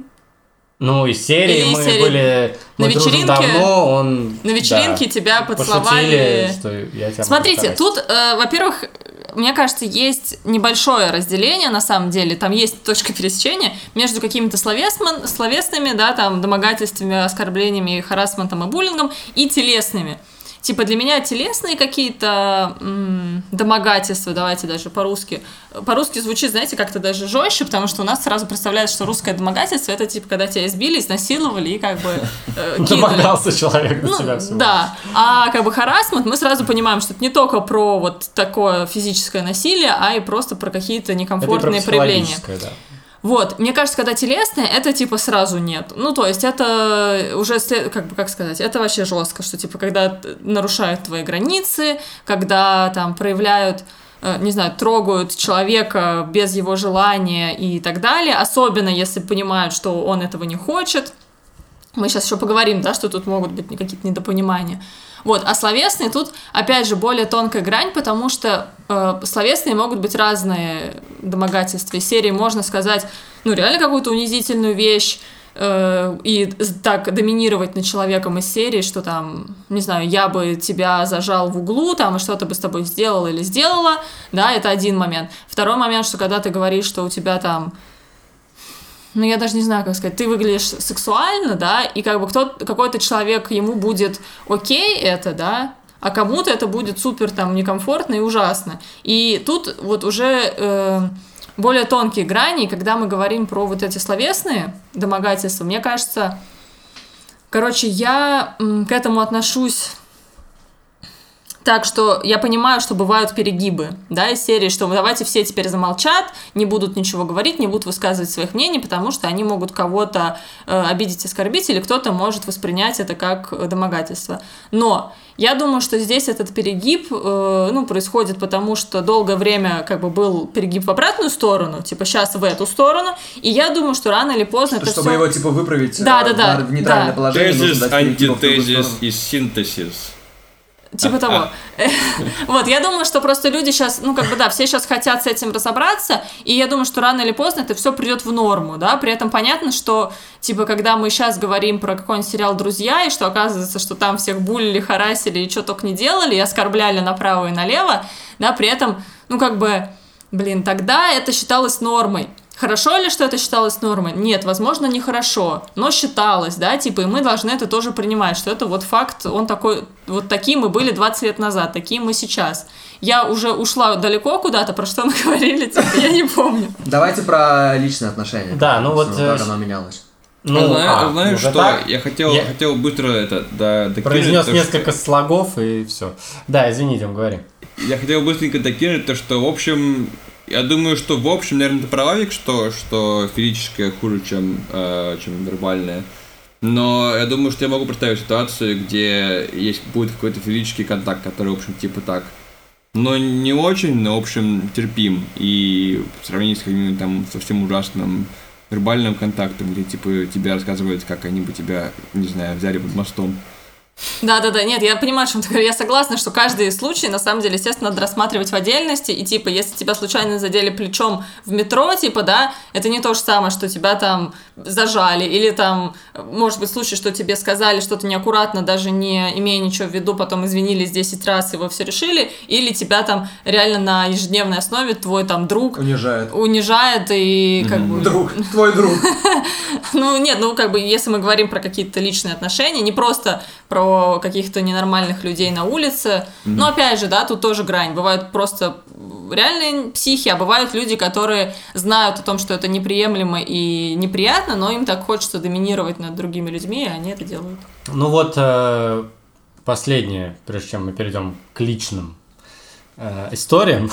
Ну, из серии Или из мы серии были... на Мы дружим вечеринке- давно, он... На вечеринке да, тебя пошутили, поцеловали. что я тебя могу Смотрите, вторать. тут, э, во-первых, мне кажется, есть небольшое разделение, на самом деле, там есть точка пересечения между какими-то словесман- словесными, да, там, домогательствами, оскорблениями, харассментом и буллингом, и телесными. Типа для меня телесные какие-то м, домогательства, давайте даже по-русски. По-русски звучит, знаете, как-то даже жестче, потому что у нас сразу представляется, что русское домогательство это типа когда тебя избили, изнасиловали и как бы э, кинули. Домогался человек до Ну, тебя всего. да. А как бы харассмент, мы сразу понимаем, что это не только про вот такое физическое насилие, а и просто про какие-то Это и про некомфортные проявления. психологическое, да. Вот, мне кажется, когда телесное, это типа сразу нет. Ну, то есть это уже, след- как бы, как сказать, это вообще жестко, что типа когда т- нарушают твои границы, когда там проявляют, э, не знаю, трогают человека без его желания и так далее, особенно если понимают, что он этого не хочет. Мы сейчас еще поговорим, да, что тут могут быть какие-то недопонимания. Вот, а словесные тут, опять же, более тонкая грань, потому что э, словесные могут быть разные домогательства. Из серии можно сказать, ну, реально какую-то унизительную вещь, э, и так доминировать над человеком из серии, что там, не знаю, я бы тебя зажал в углу, там, и что-то бы с тобой сделал или сделала, да, это один момент. Второй момент, что когда ты говоришь, что у тебя там, ну, я даже не знаю, как сказать, ты выглядишь сексуально, да, и как бы кто-то, какой-то человек, ему будет окей это, да, а кому-то это будет супер там некомфортно и ужасно. И тут вот уже э, более тонкие грани, когда мы говорим про вот эти словесные домогательства, мне кажется, короче, я м, к этому отношусь Так что я понимаю, что бывают перегибы, да, из серии, что давайте все теперь замолчат, не будут ничего говорить, не будут высказывать своих мнений, потому что они могут кого-то э, обидеть, оскорбить, или кто-то может воспринять это как домогательство. Но я думаю, что здесь этот перегиб, э, ну, происходит потому, что долгое время как бы был перегиб в обратную сторону, типа сейчас в эту сторону, и я думаю, что рано или поздно Что, это чтобы все... его, типа, выправить да, э, да, да, в нейтральное да. положение, нужно Тезис, дать перегиб в другую антитезис сторону. и синтезис. Типа того. Вот, я думаю, что просто люди сейчас, ну, как бы, да, все сейчас хотят с этим разобраться, и я думаю, что рано или поздно это все придет в норму, да, при этом понятно, что, типа, когда мы сейчас говорим про какой-нибудь сериал «Друзья», и что оказывается, что там всех булили, харасили и что только не делали, и оскорбляли направо и налево, да, при этом, ну, как бы, блин, тогда это считалось нормой. Хорошо ли, что это считалось нормой? Нет, возможно, нехорошо, но считалось, да, типа, и мы должны это тоже принимать, что это вот факт, он такой, вот такие мы были двадцать лет назад, такие мы сейчас. Я уже ушла далеко куда-то, про что мы говорили, типа, я не помню. Давайте про личные отношения. Да, ну вот, Как э, оно менялось. Ну, знаю, а, знаешь, уже что так? я хотел, Я- хотел быстро это, да, докинуть. Произнес то, несколько слогов и все. Да, извини, Дим, говори. что- Я хотел быстренько докинуть то, что, в общем, я думаю, что, в общем, наверное, ты права, Вик, что, что физическое хуже, чем, э, чем вербальное. Но я думаю, что я могу представить ситуацию, где есть будет какой-то физический контакт, который, в общем, типа так, но не очень, но, в общем, терпим. И в сравнении с каким-нибудь там совсем ужасным вербальным контактом, где, типа, тебе рассказывают, как они бы тебя, не знаю, взяли под мостом. Да-да-да, нет, я понимаю, что ты говоришь, я согласна, что каждый случай, на самом деле, естественно, надо рассматривать в отдельности, и, типа, если тебя случайно задели плечом в метро, типа, да, это не то же самое, что тебя там зажали, или там, может быть, случай, что тебе сказали что-то неаккуратно, даже не имея ничего в виду, потом извинились десять раз, и вы все решили, или тебя там реально на ежедневной основе твой там друг Унижает. унижает, и как бы... Друг, твой друг. Ну, нет, ну, как бы, если мы говорим про какие-то личные отношения, не просто про каких-то ненормальных людей на улице, mm-hmm. но, опять же, да, тут тоже грань. Бывают просто реальные психи, а бывают люди, которые знают о том, что это неприемлемо и неприятно, но им так хочется доминировать над другими людьми, и они это делают. Ну вот, э, последнее, прежде чем мы перейдем к личным э, историям,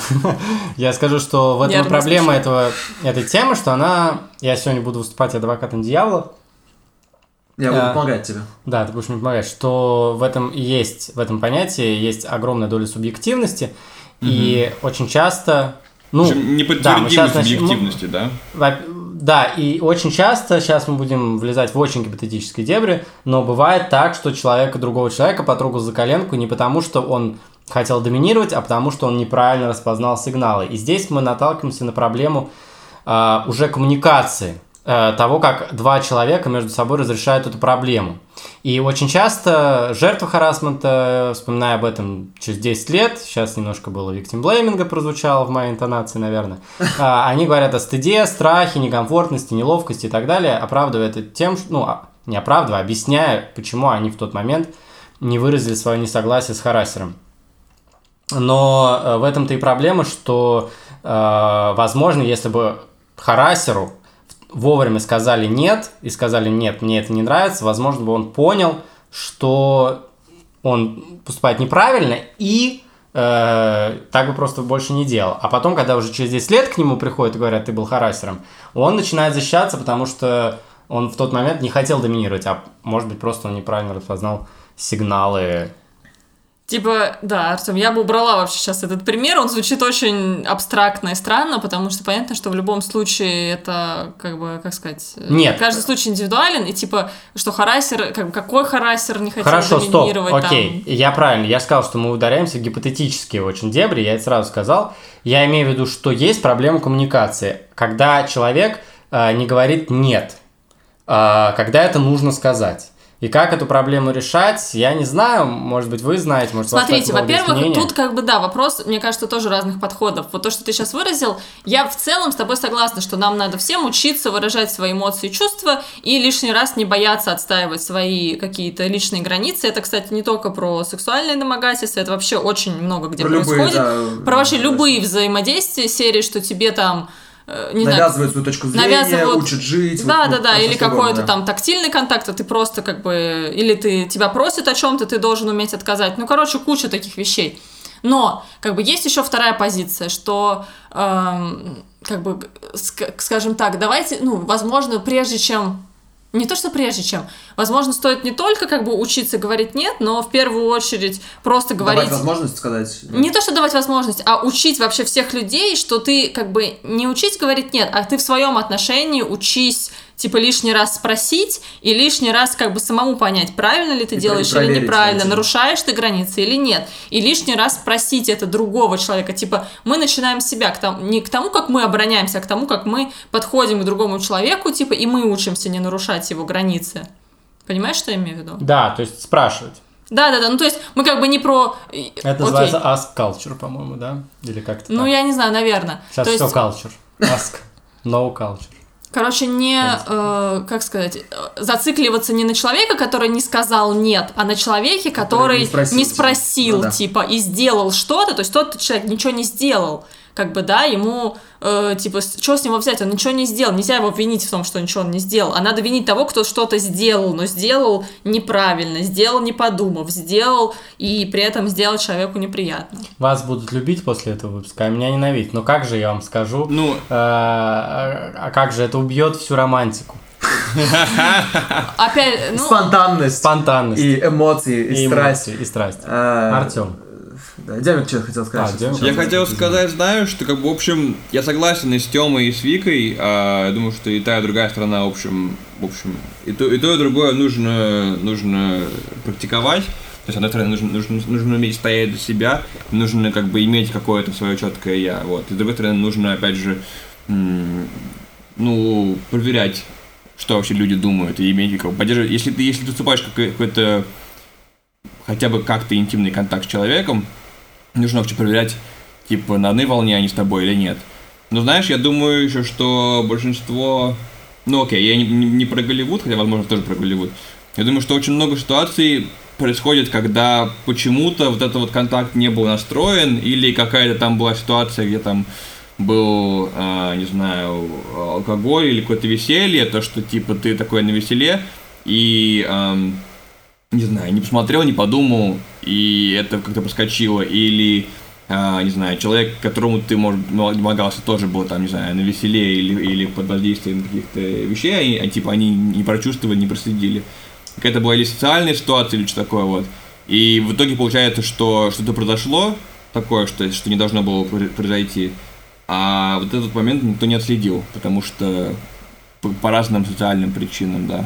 я скажу, что в этом проблема этого, этой темы, что она... Я сегодня буду выступать адвокатом дьявола. Я буду А, помогать тебе. Да, ты будешь мне помогать, что в этом есть, в этом понятии есть огромная доля субъективности, и очень часто... Ну, В общем, неподтвердимой да, мы щас субъективности, да? Во- Да, и очень часто, сейчас мы будем влезать в очень гипотетические дебри, но бывает так, что человека, другого человека потрогал за коленку не потому, что он хотел доминировать, а потому, что он неправильно распознал сигналы. И здесь мы наталкиваемся на проблему э, уже коммуникации, э, того, как два человека между собой разрешают эту проблему. И очень часто жертвы харассмента, вспоминая об этом через десять лет, сейчас немножко было виктимблейминга прозвучало в моей интонации, наверное, они говорят о стыде, страхе, некомфортности, неловкости и так далее, оправдывая это тем, ну, не оправдывая, объясняя, почему они в тот момент не выразили свое несогласие с харассером. Но в этом-то и проблема, что, возможно, если бы харассеру вовремя сказали «нет», и сказали «нет, мне это не нравится», возможно, бы он понял, что он поступает неправильно, и э, так бы просто больше не делал. А потом, когда уже через десять лет к нему приходят и говорят «ты был харассером», он начинает защищаться, потому что он в тот момент не хотел доминировать, а может быть, просто он неправильно распознал сигналы. Типа, да, Артем, я бы убрала вообще сейчас этот пример, он звучит очень абстрактно и странно, потому что понятно, что в любом случае это, как бы, как сказать, Нет. каждый случай индивидуален, и типа, что харассер, как бы, какой харассер не хотел Хорошо, стоп, доминировать окей, там. я правильно, я сказал, что мы ударяемся в гипотетические очень дебри, я это сразу сказал, я имею в виду, что есть проблема коммуникации, когда человек э, не говорит «нет», э, когда это нужно сказать. И как эту проблему решать, я не знаю, может быть, вы знаете, может, Смотрите, у вас во-первых, мнение. тут как бы, да, вопрос, мне кажется, тоже разных подходов. Вот то, что ты сейчас выразил, я в целом с тобой согласна, что нам надо всем учиться выражать свои эмоции и чувства и лишний раз не бояться отстаивать свои какие-то личные границы. Это, кстати, не только про сексуальные домогательства, это вообще очень много где Про происходит. любые, да, про вообще любые взаимодействия серии, что тебе там э, не навязывают знаю, свою точку зрения, навязывают... учат жить. Да, вот, да, вот, да, всё или что угодно, какой-то да. там тактильный контакт, а ты просто как бы... Или ты тебя просят о чем-то, ты должен уметь отказать. Ну, короче, куча таких вещей. Но, как бы, есть еще вторая позиция, что, эм, как бы, ск- скажем так, давайте, ну, возможно, прежде чем... Не то, что прежде чем. Возможно, стоит не только как бы учиться говорить «нет», но в первую очередь просто говорить... Давать возможность сказать... нет. Не то, что давать возможность, а учить вообще всех людей, что ты как бы не учись говорить «нет», а ты в своем отношении учись, типа, лишний раз спросить и лишний раз как бы самому понять, правильно ли ты И делаешь или проверить, неправильно, кстати. нарушаешь ты границы или нет. И лишний раз спросить это другого человека. Типа, мы начинаем с себя, к тому, не к тому, как мы обороняемся, а к тому, как мы подходим к другому человеку, типа, и мы учимся не нарушать его границы. Понимаешь, что я имею в виду? Да, то есть спрашивать. Да, да, да. Ну, то есть мы как бы не про... Это Окей. называется ask culture, по-моему, да? Или как-то Ну, так? я не знаю, наверное. Сейчас то все есть, culture. Ask, no culture. короче, не, э, как сказать, э, зацикливаться не на человека, который не сказал «нет», а на человеке, который, не спросил, не типа. спросил, Ну да. типа, и сделал что-то. То есть тот человек ничего не сделал. Как бы, да, ему, э, типа, что с него взять? Он ничего не сделал. Нельзя его винить в том, что ничего он не сделал. А надо винить того, кто что-то сделал, но сделал неправильно, сделал не подумав, сделал и при этом сделал человеку неприятно. Вас будут любить после этого выпуска, а меня ненавидеть. Но как же я вам скажу? Ну, Э, А а как же это убьет всю романтику? Опять, ну, Спонтанность. Спонтанность. И эмоции, и, И страсть. эмоции, и страсть. А, Артем. Да, Демик что хотел сказать? А, Демик. Сейчас. я хотел сказать, знаю, что, как бы, в общем, я согласен и с Тёмой, и с Викой. А, я думаю, что и та, и другая сторона, в общем, в общем, и то, и то, и другое нужно, нужно практиковать. То есть, с одной стороны, нужно, нужно, нужно уметь стоять за себя, нужно, как бы, иметь какое-то свое четкое я. Вот. И с другой стороны, нужно, опять же, м- ну, проверять, что вообще люди думают, и иметь, как бы, поддерживать. Если ты, если ты вступаешь в какой-то, хотя бы как-то интимный контакт с человеком, нужно вообще проверять, типа, на одной волне они с тобой или нет. Но знаешь, я думаю еще, что большинство... Ну окей, я не, не, не про Голливуд, хотя, возможно, тоже про Голливуд. Я думаю, что очень много ситуаций происходит, когда почему-то вот этот вот контакт не был настроен, или какая-то там была ситуация, где там был, э, не знаю, алкоголь или какое-то веселье, то, что, типа, ты такой на веселе, и... эм, не знаю, не посмотрел, не подумал, и это как-то проскочило, или, а, не знаю, человек, которому ты, может, домогался, тоже был там, не знаю, на веселе или, или под воздействием каких-то вещей, а, типа, они не прочувствовали, не проследили. Какая-то была или социальная ситуация, или что такое, вот. И в итоге получается, что что-то произошло такое, что, что не должно было произойти, а вот этот момент никто не отследил, потому что по, по разным социальным причинам, да.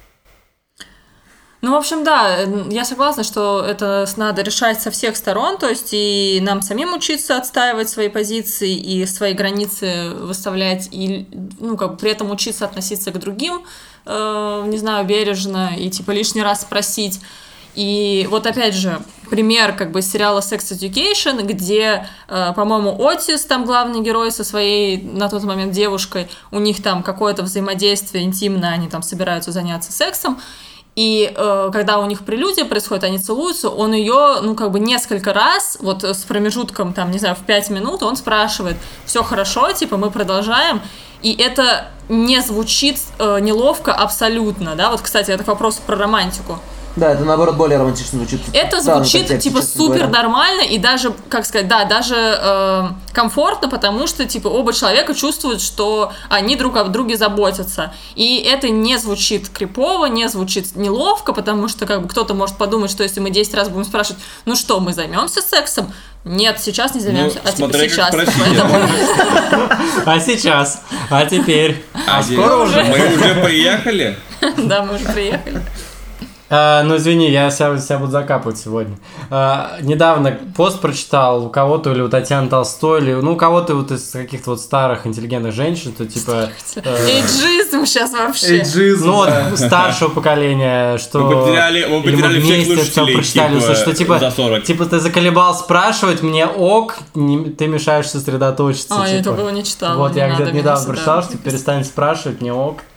Ну, в общем, да, я согласна, что это надо решать со всех сторон, то есть и нам самим учиться отстаивать свои позиции и свои границы выставлять, и, ну, как бы при этом учиться относиться к другим, э, не знаю, бережно и, типа, лишний раз спросить. И вот опять же, пример как бы сериала Sex Education, где, э, по-моему, Отис, там главный герой со своей на тот момент девушкой, у них там какое-то взаимодействие интимное, они там собираются заняться сексом, и э, когда у них прелюдия происходит, они целуются, он ее, ну, как бы несколько раз, вот с промежутком, там, не знаю, в пять минут, он спрашивает, все хорошо, типа, мы продолжаем, и это не звучит э, неловко абсолютно, да, вот, кстати, это к вопросу про романтику. Да, это наоборот более романтично звучит. Это Да, звучит, контексте, типа, честно супер говоря. нормально и даже, как сказать, да, даже э, комфортно, потому что, типа, оба человека чувствуют, что они друг об друге заботятся. И это не звучит крипово, не звучит неловко, потому что, как бы, кто-то может подумать, что если мы десять раз будем спрашивать, ну что, мы займемся сексом? Нет, сейчас не займемся, Ну, а типа смотря как сейчас. спросить. Поэтому- А сейчас? А теперь? А скоро уже? Мы уже приехали? Да, мы уже приехали. А, ну извини, я себя, себя буду закапывать сегодня. А, недавно пост прочитал у кого-то, или у Татьяны Толстой, или ну у кого-то вот из каких-то вот старых интеллигентных женщин, то типа... э, Эйджизм сейчас вообще. Эйджизм, ну вот да. старшего поколения, что... Мы потеряли- мы или потеряли всех вместе всё слушателей, прочитали, типа, что типа, за сорок. типа ты заколебал спрашивать, мне ок, не- ты мешаешь сосредоточиться. А, я типа. этого не читала. Вот не я надо где-то меня недавно сюда прочитал, что записывать. перестань спрашивать, мне ок.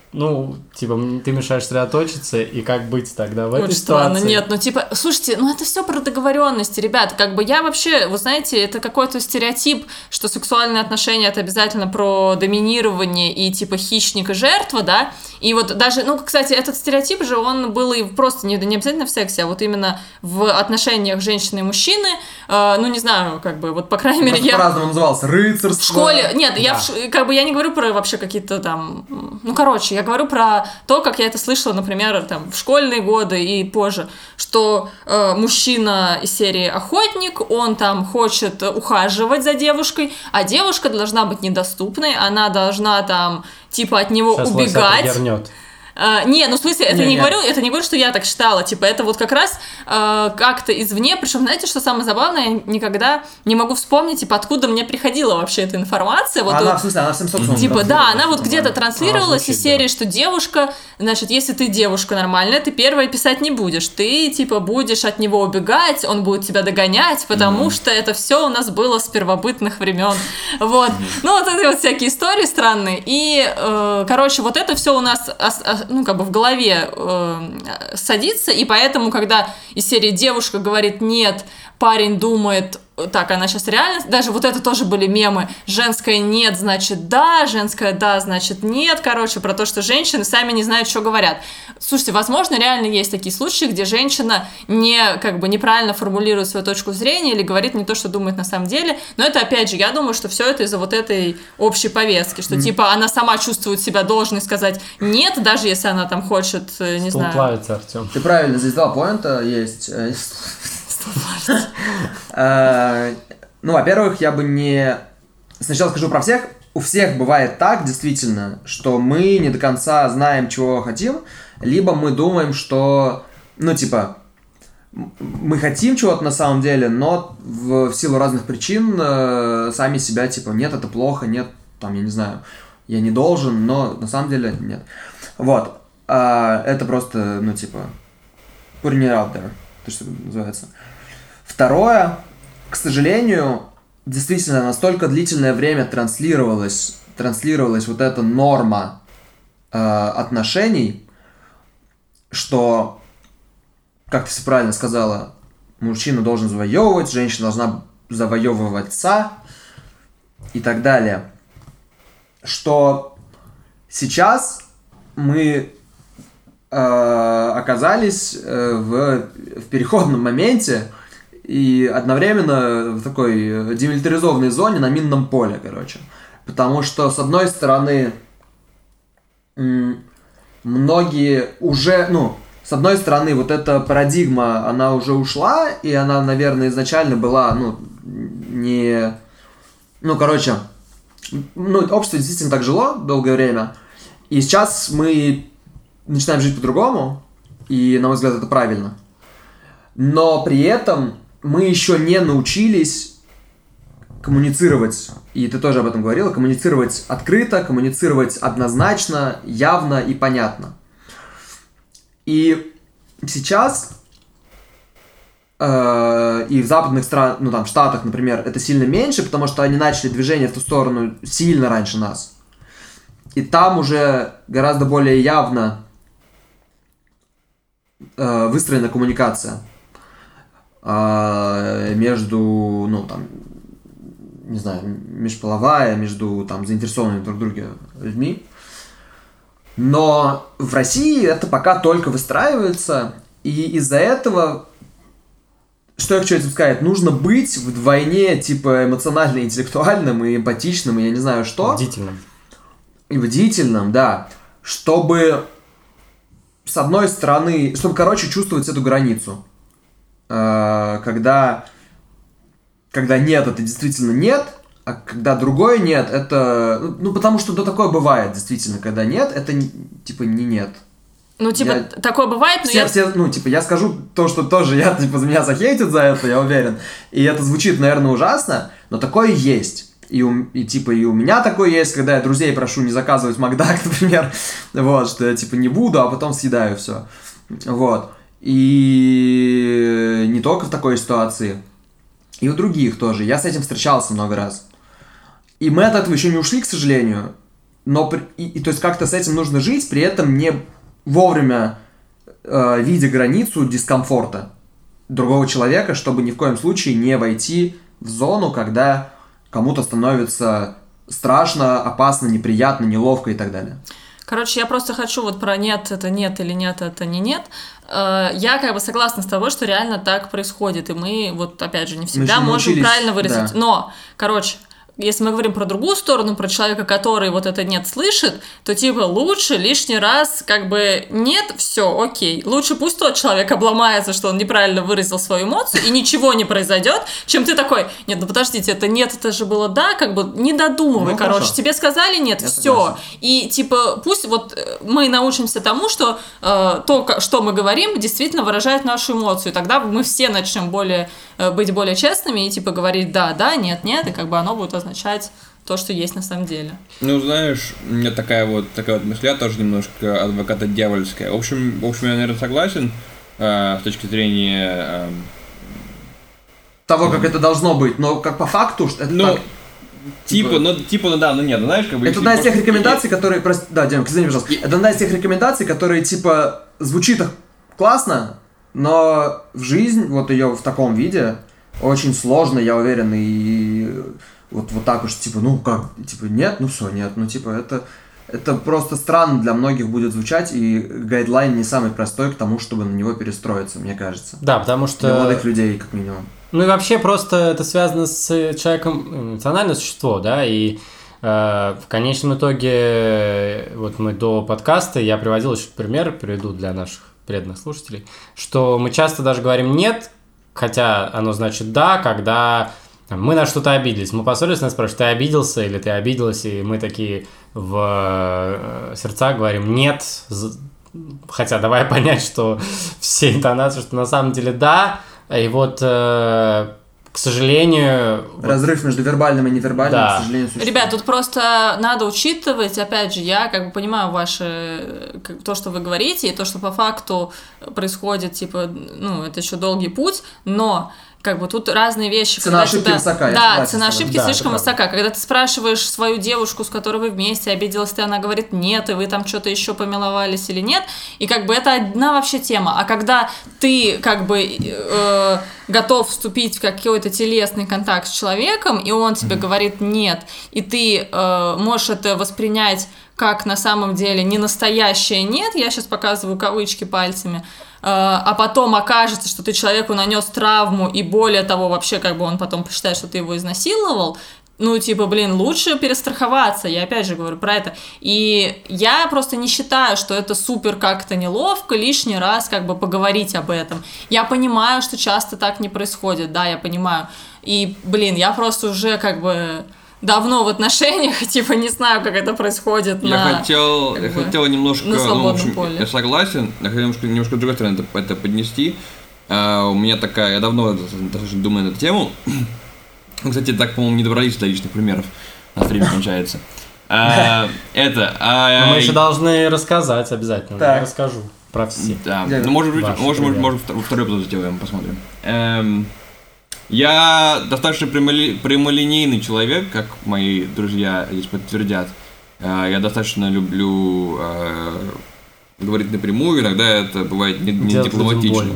ну, типа, ты мешаешь сосредоточиться, и как быть тогда в этой Очень ситуации? странно, нет, ну типа, слушайте, ну это все про договоренности, ребят, как бы я вообще, вы знаете, это какой-то стереотип, что сексуальные отношения это обязательно про доминирование и типа хищник и жертва, да, и вот даже, ну, кстати, этот стереотип же, он был и просто не, не обязательно в сексе, а вот именно в отношениях женщины и мужчины, э, ну, не знаю, как бы, вот по крайней мере, я... По-разному назывался, рыцарство. В школе, нет, Да. я в, ш- как бы я не говорю про вообще какие-то там, ну, короче, я говорю про то, как я это слышала, например, там, в школьные годы и позже, что э, мужчина из серии охотник, он там хочет ухаживать за девушкой, а девушка должна быть недоступной, она должна там, типа, от него Сейчас убегать. Лося пригорнет. А, не, ну в смысле, это Не, не, не. говорю, это не говорю, что я так считала, типа, это вот как раз э, как-то извне, причем, знаете, что самое забавное, я никогда не могу вспомнить, типа, откуда мне приходила вообще эта информация. Вот Она, у- в смысле, она всем социумом Типа, да, она вот транслировалась, где-то по-моему. транслировалась звучит, из серии, что девушка, значит, если ты девушка нормальная, ты первая писать не будешь, ты, типа, будешь от него убегать, он будет тебя догонять, потому mm-hmm. что это все у нас было с первобытных времен, вот, mm-hmm. ну, вот эти вот всякие истории странные, и, э, короче, вот это все у нас, ос- ос- ну, как бы в голове э, садится, и поэтому, когда из серии девушка говорит «нет», парень думает, так, она сейчас реально... Даже вот это тоже были мемы. Женское «нет» значит «да», женское «да» значит «нет». Короче, про то, что женщины сами не знают, что говорят. Слушайте, возможно, реально есть такие случаи, где женщина не, как бы, неправильно формулирует свою точку зрения или говорит не то, что думает на самом деле. Но это, опять же, я думаю, что все это из-за вот этой общей повестки, что, mm. типа, она сама чувствует себя должной сказать «нет», даже если она там хочет, не Стул знаю... плавится, Артем. Ты правильно, здесь два поинта есть. Э, Ну, во-первых, я бы не... Сначала скажу про всех. У всех бывает так, действительно, что мы не до конца знаем, чего хотим, либо мы думаем, что, ну, типа, м- мы хотим чего-то на самом деле, но в, в силу разных причин э, сами себя, типа, нет, это плохо, нет, там, я не знаю, я не должен, но на самом деле нет. Вот. А, это просто, ну, типа, putting it out there, то, что называется. Второе, к сожалению, действительно, настолько длительное время транслировалась, транслировалась вот эта норма э, отношений, что, как ты все правильно сказала, мужчина должен завоевывать, женщина должна завоевываться и так далее. Что сейчас мы э, оказались э, в, в переходном моменте, и одновременно в такой демилитаризованной зоне на минном поле, короче. Потому что, с одной стороны, м- многие уже, ну, с одной стороны, вот эта парадигма, она уже ушла, и она, наверное, изначально была, ну, не... Ну, короче, ну, общество действительно так жило долгое время, и сейчас мы начинаем жить по-другому, и, на мой взгляд, это правильно. Но при этом мы еще не научились коммуницировать, и ты тоже об этом говорила, коммуницировать открыто, коммуницировать однозначно, явно и понятно. И сейчас э, и в западных странах, ну там в Штатах, например, это сильно меньше, потому что они начали движение в ту сторону сильно раньше нас. И там уже гораздо более явно э, выстроена коммуникация между, ну, там, не знаю, межполовая, между, там, заинтересованными друг в друге людьми. Но в России это пока только выстраивается, и из-за этого, что я хочу этим сказать, нужно быть вдвойне, типа, эмоционально интеллектуальным и эмпатичным, и я не знаю что. Бдительным. И бдительным, да, чтобы, с одной стороны, чтобы, короче, чувствовать эту границу. Когда, когда нет, это действительно нет, а когда другое нет, это... Ну, потому что да, такое бывает, действительно, когда нет, это типа не нет. Ну, типа, Я... такое бывает, но все, я... все, ну, типа, я скажу то, что тоже я, типа, меня захейтят за это, я уверен. И это звучит, наверное, ужасно, но такое есть. И, у, и, типа, и у меня такое есть, когда я друзей прошу не заказывать Макдак, например, вот, что я, типа, не буду, а потом съедаю все. Вот. И не только в такой ситуации, и у других тоже. Я с этим встречался много раз. И мы от этого еще не ушли, к сожалению. но при- и, и, то есть как-то с этим нужно жить, при этом не вовремя э, видя границу дискомфорта другого человека, чтобы ни в коем случае не войти в зону, когда кому-то становится страшно, опасно, неприятно, неловко и так далее. Короче, я просто хочу вот про нет, это нет или нет, это не нет. Я как бы согласна с тобой, что реально так происходит, и мы вот опять же не всегда Мы можем научились, правильно выразить. да. Но, короче, если мы говорим про другую сторону, про человека, который вот это нет слышит, то типа лучше лишний раз как бы нет, все, окей. Лучше пусть тот человек обломается, что он неправильно выразил свою эмоцию, и ничего не произойдет, чем ты такой, нет, ну подождите, это нет, это же было да, как бы не додумывай, Ну, короче, хорошо. тебе сказали нет, Я все. согласен. И типа пусть вот мы научимся тому, что э, то, ка- что мы говорим, действительно выражает нашу эмоцию, и тогда мы все начнем более, э, быть более честными и типа говорить да, да, нет, нет, и как бы оно будет означать то, что есть на самом деле. Ну, знаешь, у меня такая вот, такая вот мысля тоже немножко адвоката дьявольская. В общем, в общем, я, наверное, согласен э, с точки зрения... Э, Того, как это должно быть, но как по факту, что это ну, так. типа, ну, типа, ну да, ну нет, ну знаешь, как бы... Это если одна из тех просто- рекомендаций, которые... Прости, да, Дим, извини, пожалуйста. Это одна из тех рекомендаций, которые, типа, звучит классно, но в жизнь, вот ее в таком виде, очень сложно, я уверен, и вот, вот так уж, типа, ну как, типа, нет, ну все, нет, ну типа, это, это просто странно для многих будет звучать, и гайдлайн не самый простой к тому, чтобы на него перестроиться, мне кажется. Да, потому что... Для молодых людей, как минимум. Ну и вообще просто это связано с человеком, эмоциональное существо, да, и э, в конечном итоге, вот мы до подкаста, я приводил еще пример, приведу для наших преданных слушателей, что мы часто даже говорим «нет», хотя оно значит «да», когда там, мы на что-то обиделись, мы поссорились, нас спрашивают, ты обиделся или ты обиделась, и мы такие в э, сердцах говорим «нет», хотя давай понять, что все интонации, что на самом деле «да», и вот, э, к сожалению... Разрыв между вербальным и невербальным, Да. к сожалению, существует. Ребят, тут просто надо учитывать, опять же, я как бы понимаю ваше, как- то, что вы говорите, и то, что по факту происходит, типа, ну, это еще долгий путь, но как бы тут разные вещи. Цена когда ошибки тебя- высока, я Да, согласен цена с тобой. ошибки Да, слишком это правда. высока. Когда ты спрашиваешь свою девушку, с которой вы вместе, обиделась ты, она говорит нет, и вы там что-то еще помиловались или нет, и как бы это одна вообще тема. А когда ты как бы э, готов вступить в какой-то телесный контакт с человеком, и он тебе говорит нет, и ты э, можешь это воспринять как на самом деле не настоящее нет, я сейчас показываю кавычки пальцами, э, а потом окажется, что ты человеку нанес травму, и более того, вообще как бы он потом посчитает, что ты его изнасиловал, ну, типа, блин, лучше перестраховаться, я опять же говорю про это. И я просто не считаю, что это супер как-то неловко лишний раз как бы поговорить об этом. Я понимаю, что часто так не происходит, да, я понимаю. И, блин, я просто уже как бы давно в отношениях, типа, не знаю, как это происходит Я на... хотел, как я бы, хотел немножко, на ну, в свободном общем, поле. я согласен, я хотел немножко, немножко с другой стороны это, это поднести. А, у меня такая, я давно достаточно думаю на эту тему. Кстати, так, по-моему, не добрались до личных примеров. У нас время кончается. А, это... а, Но мы еще должны рассказать обязательно. Так. Я расскажу про все. Да, Я- ну, может быть, Ваши может, может, примеры. может, втор- второй эпизод сделаем, посмотрим. Эм, я достаточно прямоли- прямолинейный человек, как мои друзья здесь подтвердят. Э, я достаточно люблю э, говорить напрямую, иногда это бывает не, не Делать людям дипломатично. больно.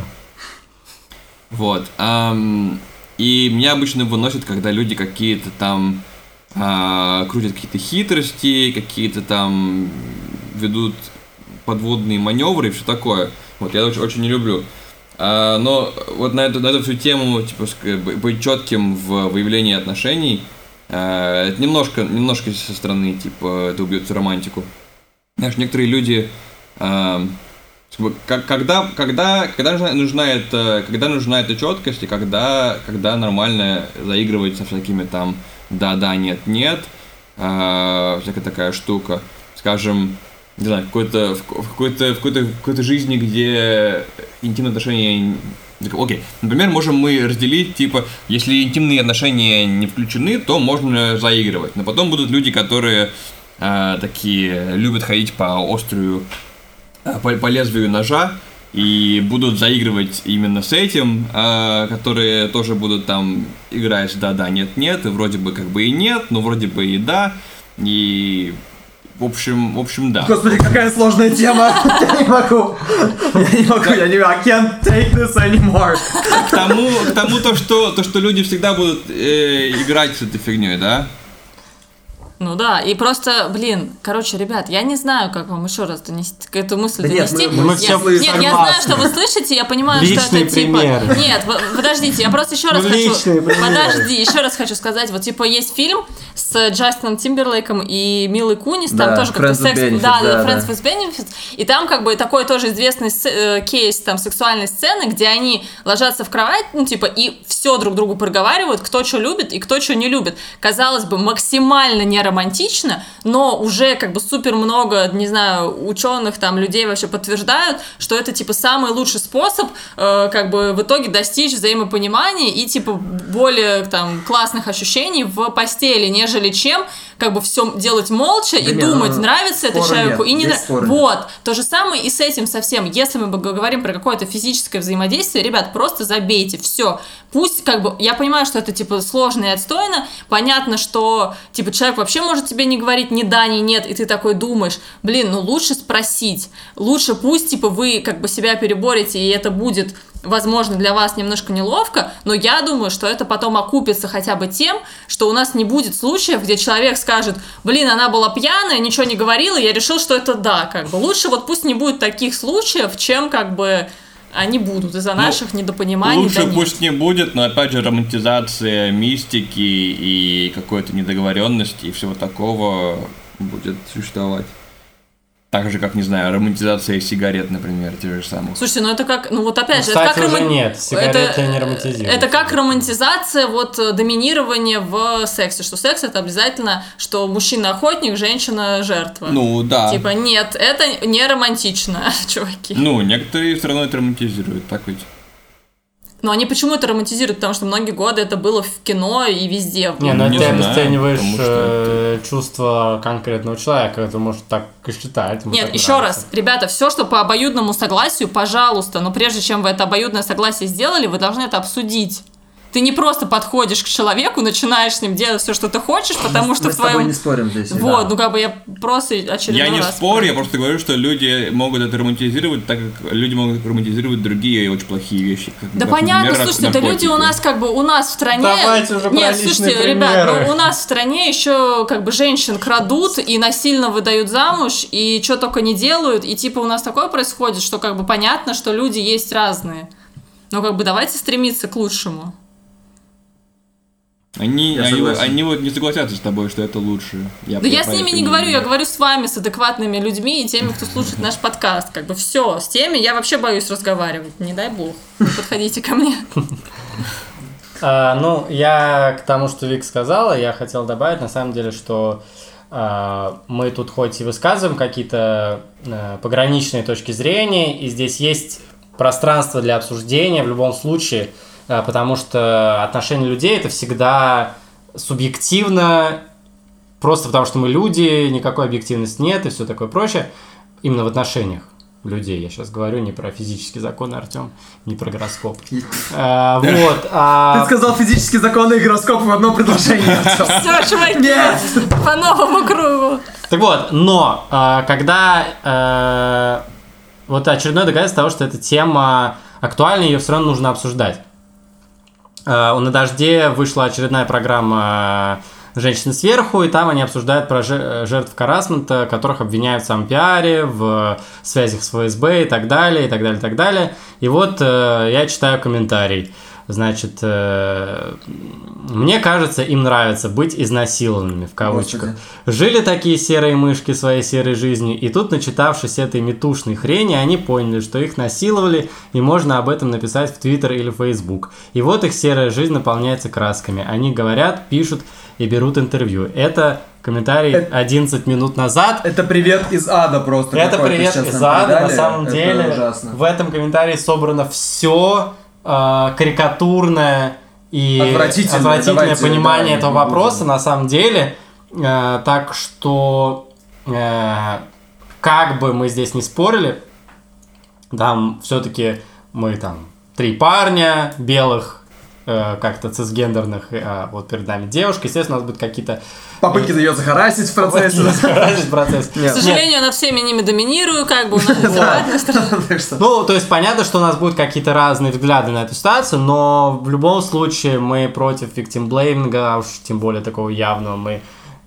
Вот. ам, и меня обычно выносят, когда люди какие-то там а, крутят какие-то хитрости, какие-то там ведут подводные маневры и все такое. Вот, я очень, очень не люблю. А, но вот на эту, на эту всю тему, типа, ск- б- быть четким в выявлении отношений, а, это немножко, немножко со стороны, типа, это убьет всю романтику. Знаешь, некоторые люди... а, как бы, как- когда, когда, когда нужна, нужна эта, когда нужна эта четкость, и когда, когда нормально заигрывать со всякими там да-да, нет-нет, а, всякая такая штука. Скажем, не знаю, в какой-то, в какой-то, в какой-то, в какой-то жизни, где интимные отношения... Окей, например, можем мы разделить, типа, если интимные отношения не включены, то можно заигрывать. Но потом будут люди, которые а, такие любят ходить по острую По, по лезвию ножа и будут заигрывать именно с этим, э, которые тоже будут там играть да-да, нет-нет, и вроде бы как бы и нет, но вроде бы и да, и В общем, в общем, да. Господи, какая сложная тема. Я не могу. Я не могу, я не могу. I can't take this anymore. К тому, к тому то, что, то, что люди всегда будут э, играть с этой фигней, да? Ну да, и просто, блин, короче, ребят, я не знаю, как вам еще раз донести, эту мысль Да нет, донести. мы- мы Я- все нет, я знаю, согласны. что вы слышите, я понимаю, Личные что это примеры. типа... Нет, в- подождите, я просто еще раз Ну, хочу... личные примеры. Подожди, еще раз хочу сказать, вот типа есть фильм с Джастином Тимберлейком и Милой Кунис, там Да, тоже как-то Friends with секс... Benefits, да, да, да, Friends да. with Benefits, и там как бы такой тоже известный с- э, кейс там сексуальной сцены, где они ложатся в кровать, ну типа, и все друг другу проговаривают, кто что любит и кто что не любит. Казалось бы, максимально не романтично, но уже как бы супер много, не знаю, ученых там, людей вообще подтверждают, что это типа самый лучший способ э, как бы в итоге достичь взаимопонимания и типа более там классных ощущений в постели, нежели чем как бы все делать молча и Да не, думать, ну, нравится это спора человеку нет, и не здесь нравится. спора нет. Вот, то же самое и с этим совсем. Если мы говорим про какое-то физическое взаимодействие, ребят, просто забейте, все. Пусть как бы, я понимаю, что это типа сложно и отстойно, понятно, что типа человек вообще может тебе не говорить ни да, ни нет, и ты такой думаешь, блин, ну лучше спросить, лучше пусть типа вы как бы себя переборете, и это будет возможно, для вас немножко неловко, но я думаю, что это потом окупится хотя бы тем, что у нас не будет случаев, где человек скажет, блин, она была пьяная, ничего не говорила, я решил, что это да, как бы. Лучше вот пусть не будет таких случаев, чем как бы они будут из-за наших недопониманий. Лучше да нет. пусть не будет, но опять же романтизация мистики и какой-то недоговоренности и всего такого будет существовать. Так же, как, не знаю, романтизация сигарет, например, те же самые. Слушайте, ну это как, ну вот опять же, Кстати, это как уже роман- нет, сигареты это, не романтизируют. Это как романтизация вот э, доминирования в сексе, что секс это обязательно, что мужчина охотник, женщина жертва. Ну, да. Типа нет, это не романтично, чуваки. Ну, некоторые все равно это романтизируют, так ведь. Но они почему это романтизируют? Потому что многие годы это было в кино и везде. Не, ну Не ты знаю, обесцениваешь потому что э, чувства конкретного человека, это может так и считать. ему Нет, так еще нравится. раз, ребята, все, что по обоюдному согласию, пожалуйста, но прежде чем вы это обоюдное согласие сделали, вы должны это обсудить. Ты не просто подходишь к человеку, начинаешь с ним делать все, что ты хочешь, потому что Мы в с тобой твоем... не спорим здесь. Вот, да. ну как бы я просто очередной Я не раз... спорю, я просто говорю, что люди могут это романтизировать, так как люди могут романтизировать другие очень плохие вещи. Как, Да как, понятно, например, слушайте, да люди у наркотики. нас как бы, у нас в стране... Давайте уже про Нет, личные слушайте, ребят, примеры. ну, у нас в стране еще как бы женщин крадут и насильно выдают замуж, и что только не делают, и типа у нас такое происходит, что как бы понятно, что люди есть разные. Но как бы давайте стремиться к лучшему. Они, Я они, согласен. они вот не согласятся с тобой, что это лучше. Я Да я с про ними это не говорю, я говорю с вами, с адекватными людьми и теми, кто слушает наш подкаст. Как бы все, с теми я вообще боюсь разговаривать, не дай бог. Не подходите ко мне. А, ну, я к тому, что Вик сказала, я хотел добавить, на самом деле, что а, мы тут хоть и высказываем какие-то а, пограничные точки зрения, и здесь есть пространство для обсуждения в любом случае, а, потому что отношения людей — это всегда субъективно, просто потому что мы люди, никакой объективности нет и все такое прочее, именно в отношениях людей. Я сейчас говорю не про физические законы, Артем, не про гороскоп. А, вот. а- Ты сказал физические законы и гороскоп в одном предложении. Артём. Все, чуваки, Нет! по новому кругу. Так вот, но а, когда а, вот очередное доказательство того, что эта тема актуальна, ее все равно нужно обсуждать. А, на «Дожде» вышла очередная программа «Женщины сверху», и там они обсуждают про же- жертв харассмента, которых обвиняют в самом пиаре, в связях с эф эс бэ и так далее, и так далее, и так далее. И вот э, я читаю комментарий. Значит, э, мне кажется, им нравится быть изнасилованными, в кавычках. Господи. Жили такие серые мышки своей серой жизнью, и тут, начитавшись этой метушной хрени, они поняли, что их насиловали, и можно об этом написать в Твиттер или Фейсбук. И вот их серая жизнь наполняется красками. Они говорят, пишут и берут интервью. Это комментарий Это- одиннадцать минут назад. Это привет из ада просто. Это какой-то привет сейчас из нам ада, на передали. самом Это деле. ужасно. В этом комментарии собрано все карикатурное и Отвратительное. отвратительное Давайте, понимание да, этого не будем. вопроса на самом деле. Э, так что э, как бы мы здесь не спорили, там все-таки мы там три парня белых, э, как-то цисгендерных, э, вот перед нами девушка, естественно, у нас будут какие-то... Попытки ее захарасить в процессе. Захарасить в процессе. К сожалению, над всеми ними доминирую, как бы у нас обратная сторона. Ну, то есть понятно, что у нас будут какие-то разные взгляды на эту ситуацию, но в любом случае мы против виктимблейминга, а уж тем более такого явного, мы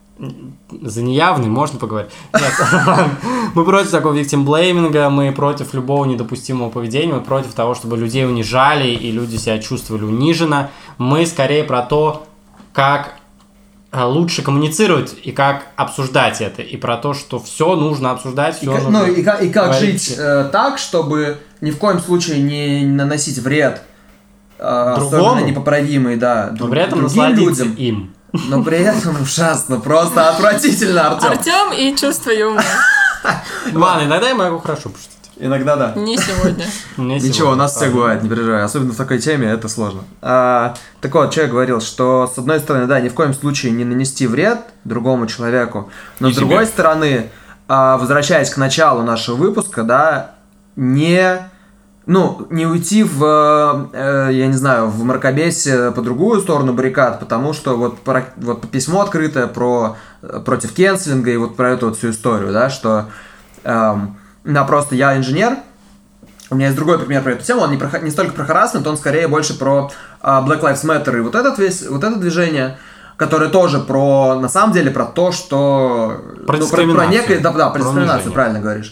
за неявный можно поговорить? Нет. Мы против такого виктимблейминга, мы против любого недопустимого поведения, мы против того, чтобы людей унижали и люди себя чувствовали униженно. Мы скорее про то, как лучше коммуницировать и как обсуждать это, и про то, что все нужно обсуждать, все и, нужно ну, и, как, и как говорить. жить э, так, чтобы ни в коем случае не наносить вред, э, особенно непоправимый, да, но при этом другим насладиться людям. им. Но при этом ужасно, просто отвратительно, Артем. Артем и чувство юмора. Ладно, иногда я могу хорошо пошутить. Иногда да. Не сегодня. Не Ничего, сегодня, у нас всех правда. бывает, не переживай. Особенно в такой теме это сложно. А, так вот, что я говорил, что с одной стороны, да, ни в коем случае не нанести вред другому человеку, но И с другой себе. стороны, а, возвращаясь к началу нашего выпуска, да, не, ну, не уйти в, э, я не знаю, в мракобесие по другую сторону баррикад, потому что вот, про, вот письмо открытое про, против кенселинга и вот про эту вот всю историю, да, что... Эм, Да, просто я инженер. У меня есть другой пример про эту тему. Он не, про, не столько про харассмент, он скорее больше про uh, Black Lives Matter и вот, этот весь, вот это движение, которое тоже про, на самом деле, про то, что... Про ну, дискриминацию. Про, про некое, да, да, про, Про дискриминацию, унижение. правильно говоришь.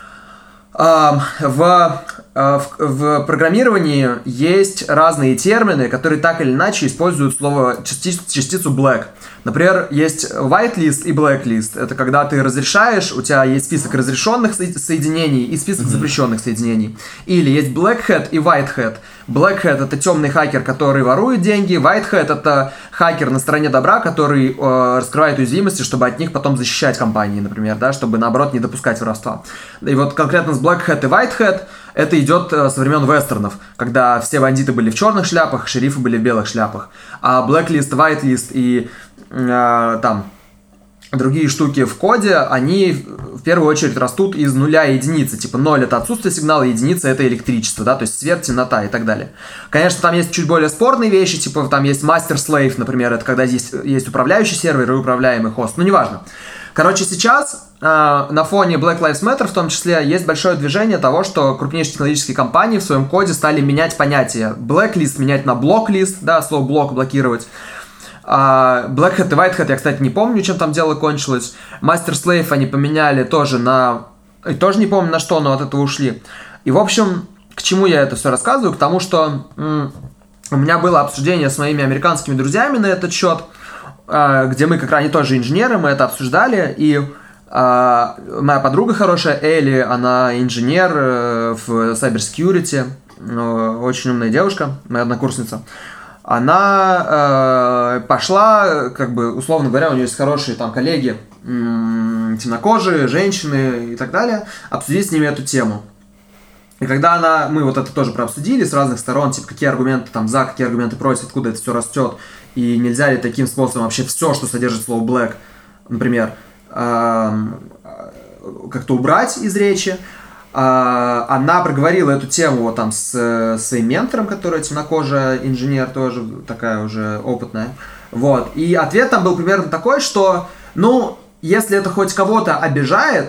Uh, в, uh, в, в программировании есть разные термины, которые так или иначе используют слово части, частицу black. Например, есть whitelist и blacklist. Это когда ты разрешаешь, у тебя есть список разрешенных со- соединений и список mm-hmm. запрещенных соединений. Или есть black hat и white hat. Black hat — это темный хакер, который ворует деньги. White hat — это хакер на стороне добра, который э, раскрывает уязвимости, чтобы от них потом защищать компании, например, да, чтобы наоборот не допускать воровства. И вот конкретно с black hat и white hat это идет э, со времен вестернов, когда все бандиты были в черных шляпах, шерифы были в белых шляпах. А blacklist, whitelist и э, там другие штуки в коде, они в первую очередь растут из нуля и единицы. Типа ноль это отсутствие сигнала, единица это электричество, да, то есть свет, темнота и так далее. Конечно, там есть чуть более спорные вещи, типа там есть master-slave, например, это когда здесь есть управляющий сервер и управляемый хост, ну неважно. Короче, сейчас э, на фоне Black Lives Matter в том числе есть большое движение того, что крупнейшие технологические компании в своем коде стали менять понятие. Blacklist менять на blocklist, да, слово блок блокировать. Uh, Black Hat и White Hat я, кстати, не помню, чем там дело кончилось. Master Slave они поменяли тоже на... И тоже не помню на что, но от этого ушли. И, в общем, к чему я это все рассказываю? К тому, что м- у меня было обсуждение с моими американскими друзьями на этот счет, uh, где мы как раз, они тоже инженеры, мы это обсуждали, и uh, моя подруга хорошая, Элли, она инженер uh, в cybersecurity, uh, очень умная девушка, моя однокурсница. Она э, пошла, как бы, условно говоря, у нее есть хорошие там коллеги, м- темнокожие, женщины и так далее, обсудить с ними эту тему. И когда она, мы вот это тоже прообсудили с разных сторон, типа, какие аргументы там за, какие аргументы против, откуда это все растет, и нельзя ли таким способом вообще все, что содержит слово black, например, э, как-то убрать из речи. Uh, она проговорила эту тему вот там с, с своим ментором, который темнокожая инженер, тоже такая уже опытная. Вот. И ответ там был примерно такой, что, ну, если это хоть кого-то обижает,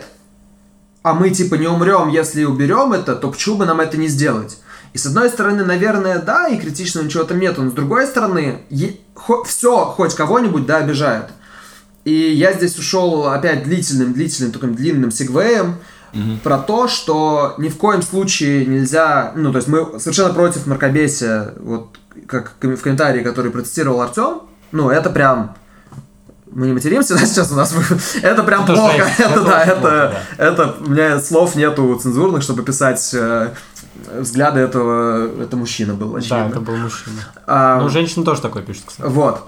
а мы типа не умрем, если уберем это, то почему бы нам это не сделать? И с одной стороны, наверное, да, и критичного ничего там нету, но с другой стороны, е- хо- все хоть кого-нибудь, да, обижает. И я здесь ушел опять длительным-длительным, таким длинным сегвеем, Mm-hmm. про то, что ни в коем случае нельзя, ну, то есть мы совершенно против мракобесия, вот как в комментарии, который процитировал Артем, ну, это прям, мы не материмся, да, сейчас у нас, это прям это плохо, жесть. это, это да, это, плохо, да. это, у меня слов нету цензурных, чтобы писать э, взгляды этого, это мужчина был, очевидно. Да, это был мужчина. А, ну, женщины тоже такое пишут, кстати. Вот,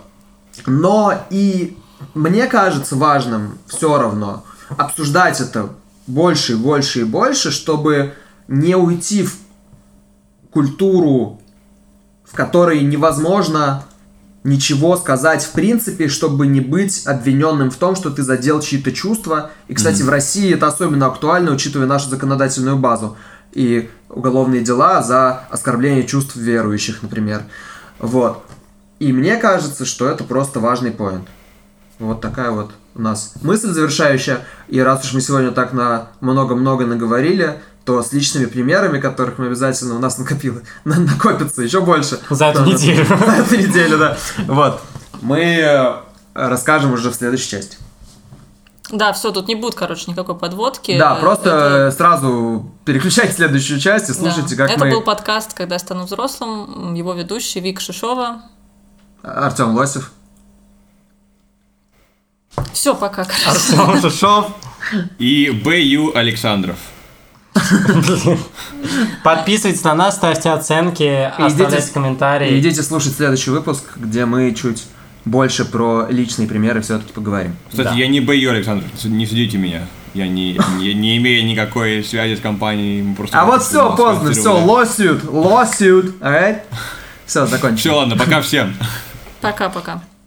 но и мне кажется важным все равно обсуждать это больше и больше и больше, чтобы не уйти в культуру, в которой невозможно ничего сказать в принципе, чтобы не быть обвиненным в том, что ты задел чьи-то чувства. И, кстати, mm-hmm. в России это особенно актуально, учитывая нашу законодательную базу и уголовные дела за оскорбление чувств верующих, например. Вот. И мне кажется, что это просто важный поинт. Вот такая вот у нас мысль завершающая. И раз уж мы сегодня так на много-много наговорили, то с личными примерами, которых мы обязательно у нас накопило, на- накопится еще больше. За эту То- неделю. За эту неделю, да. Вот. Мы э, расскажем уже в следующей части. Да, все, тут не будет, короче, никакой подводки. Да, Э, просто это- сразу переключайте следующую часть и слушайте, Да. как Это мы... был подкаст «Когда я стану взрослым». Его ведущий Вика Шишова. Артем Лосев. Все, пока, короче. Артем Шишов. И Б Ю Александров. Подписывайтесь на нас, ставьте оценки, И оставляйте идите- комментарии. И идите слушать следующий выпуск, где мы чуть больше про личные примеры все-таки поговорим. Кстати, Да. я не Б Ю Александров, не судите меня. Я не, я не имею никакой связи с компанией. мы просто А вот как-то все, нас поздно, все, спонсировали. lawsuit, lawsuit, alright? Все, закончили. Все, ладно, пока всем. Пока-пока.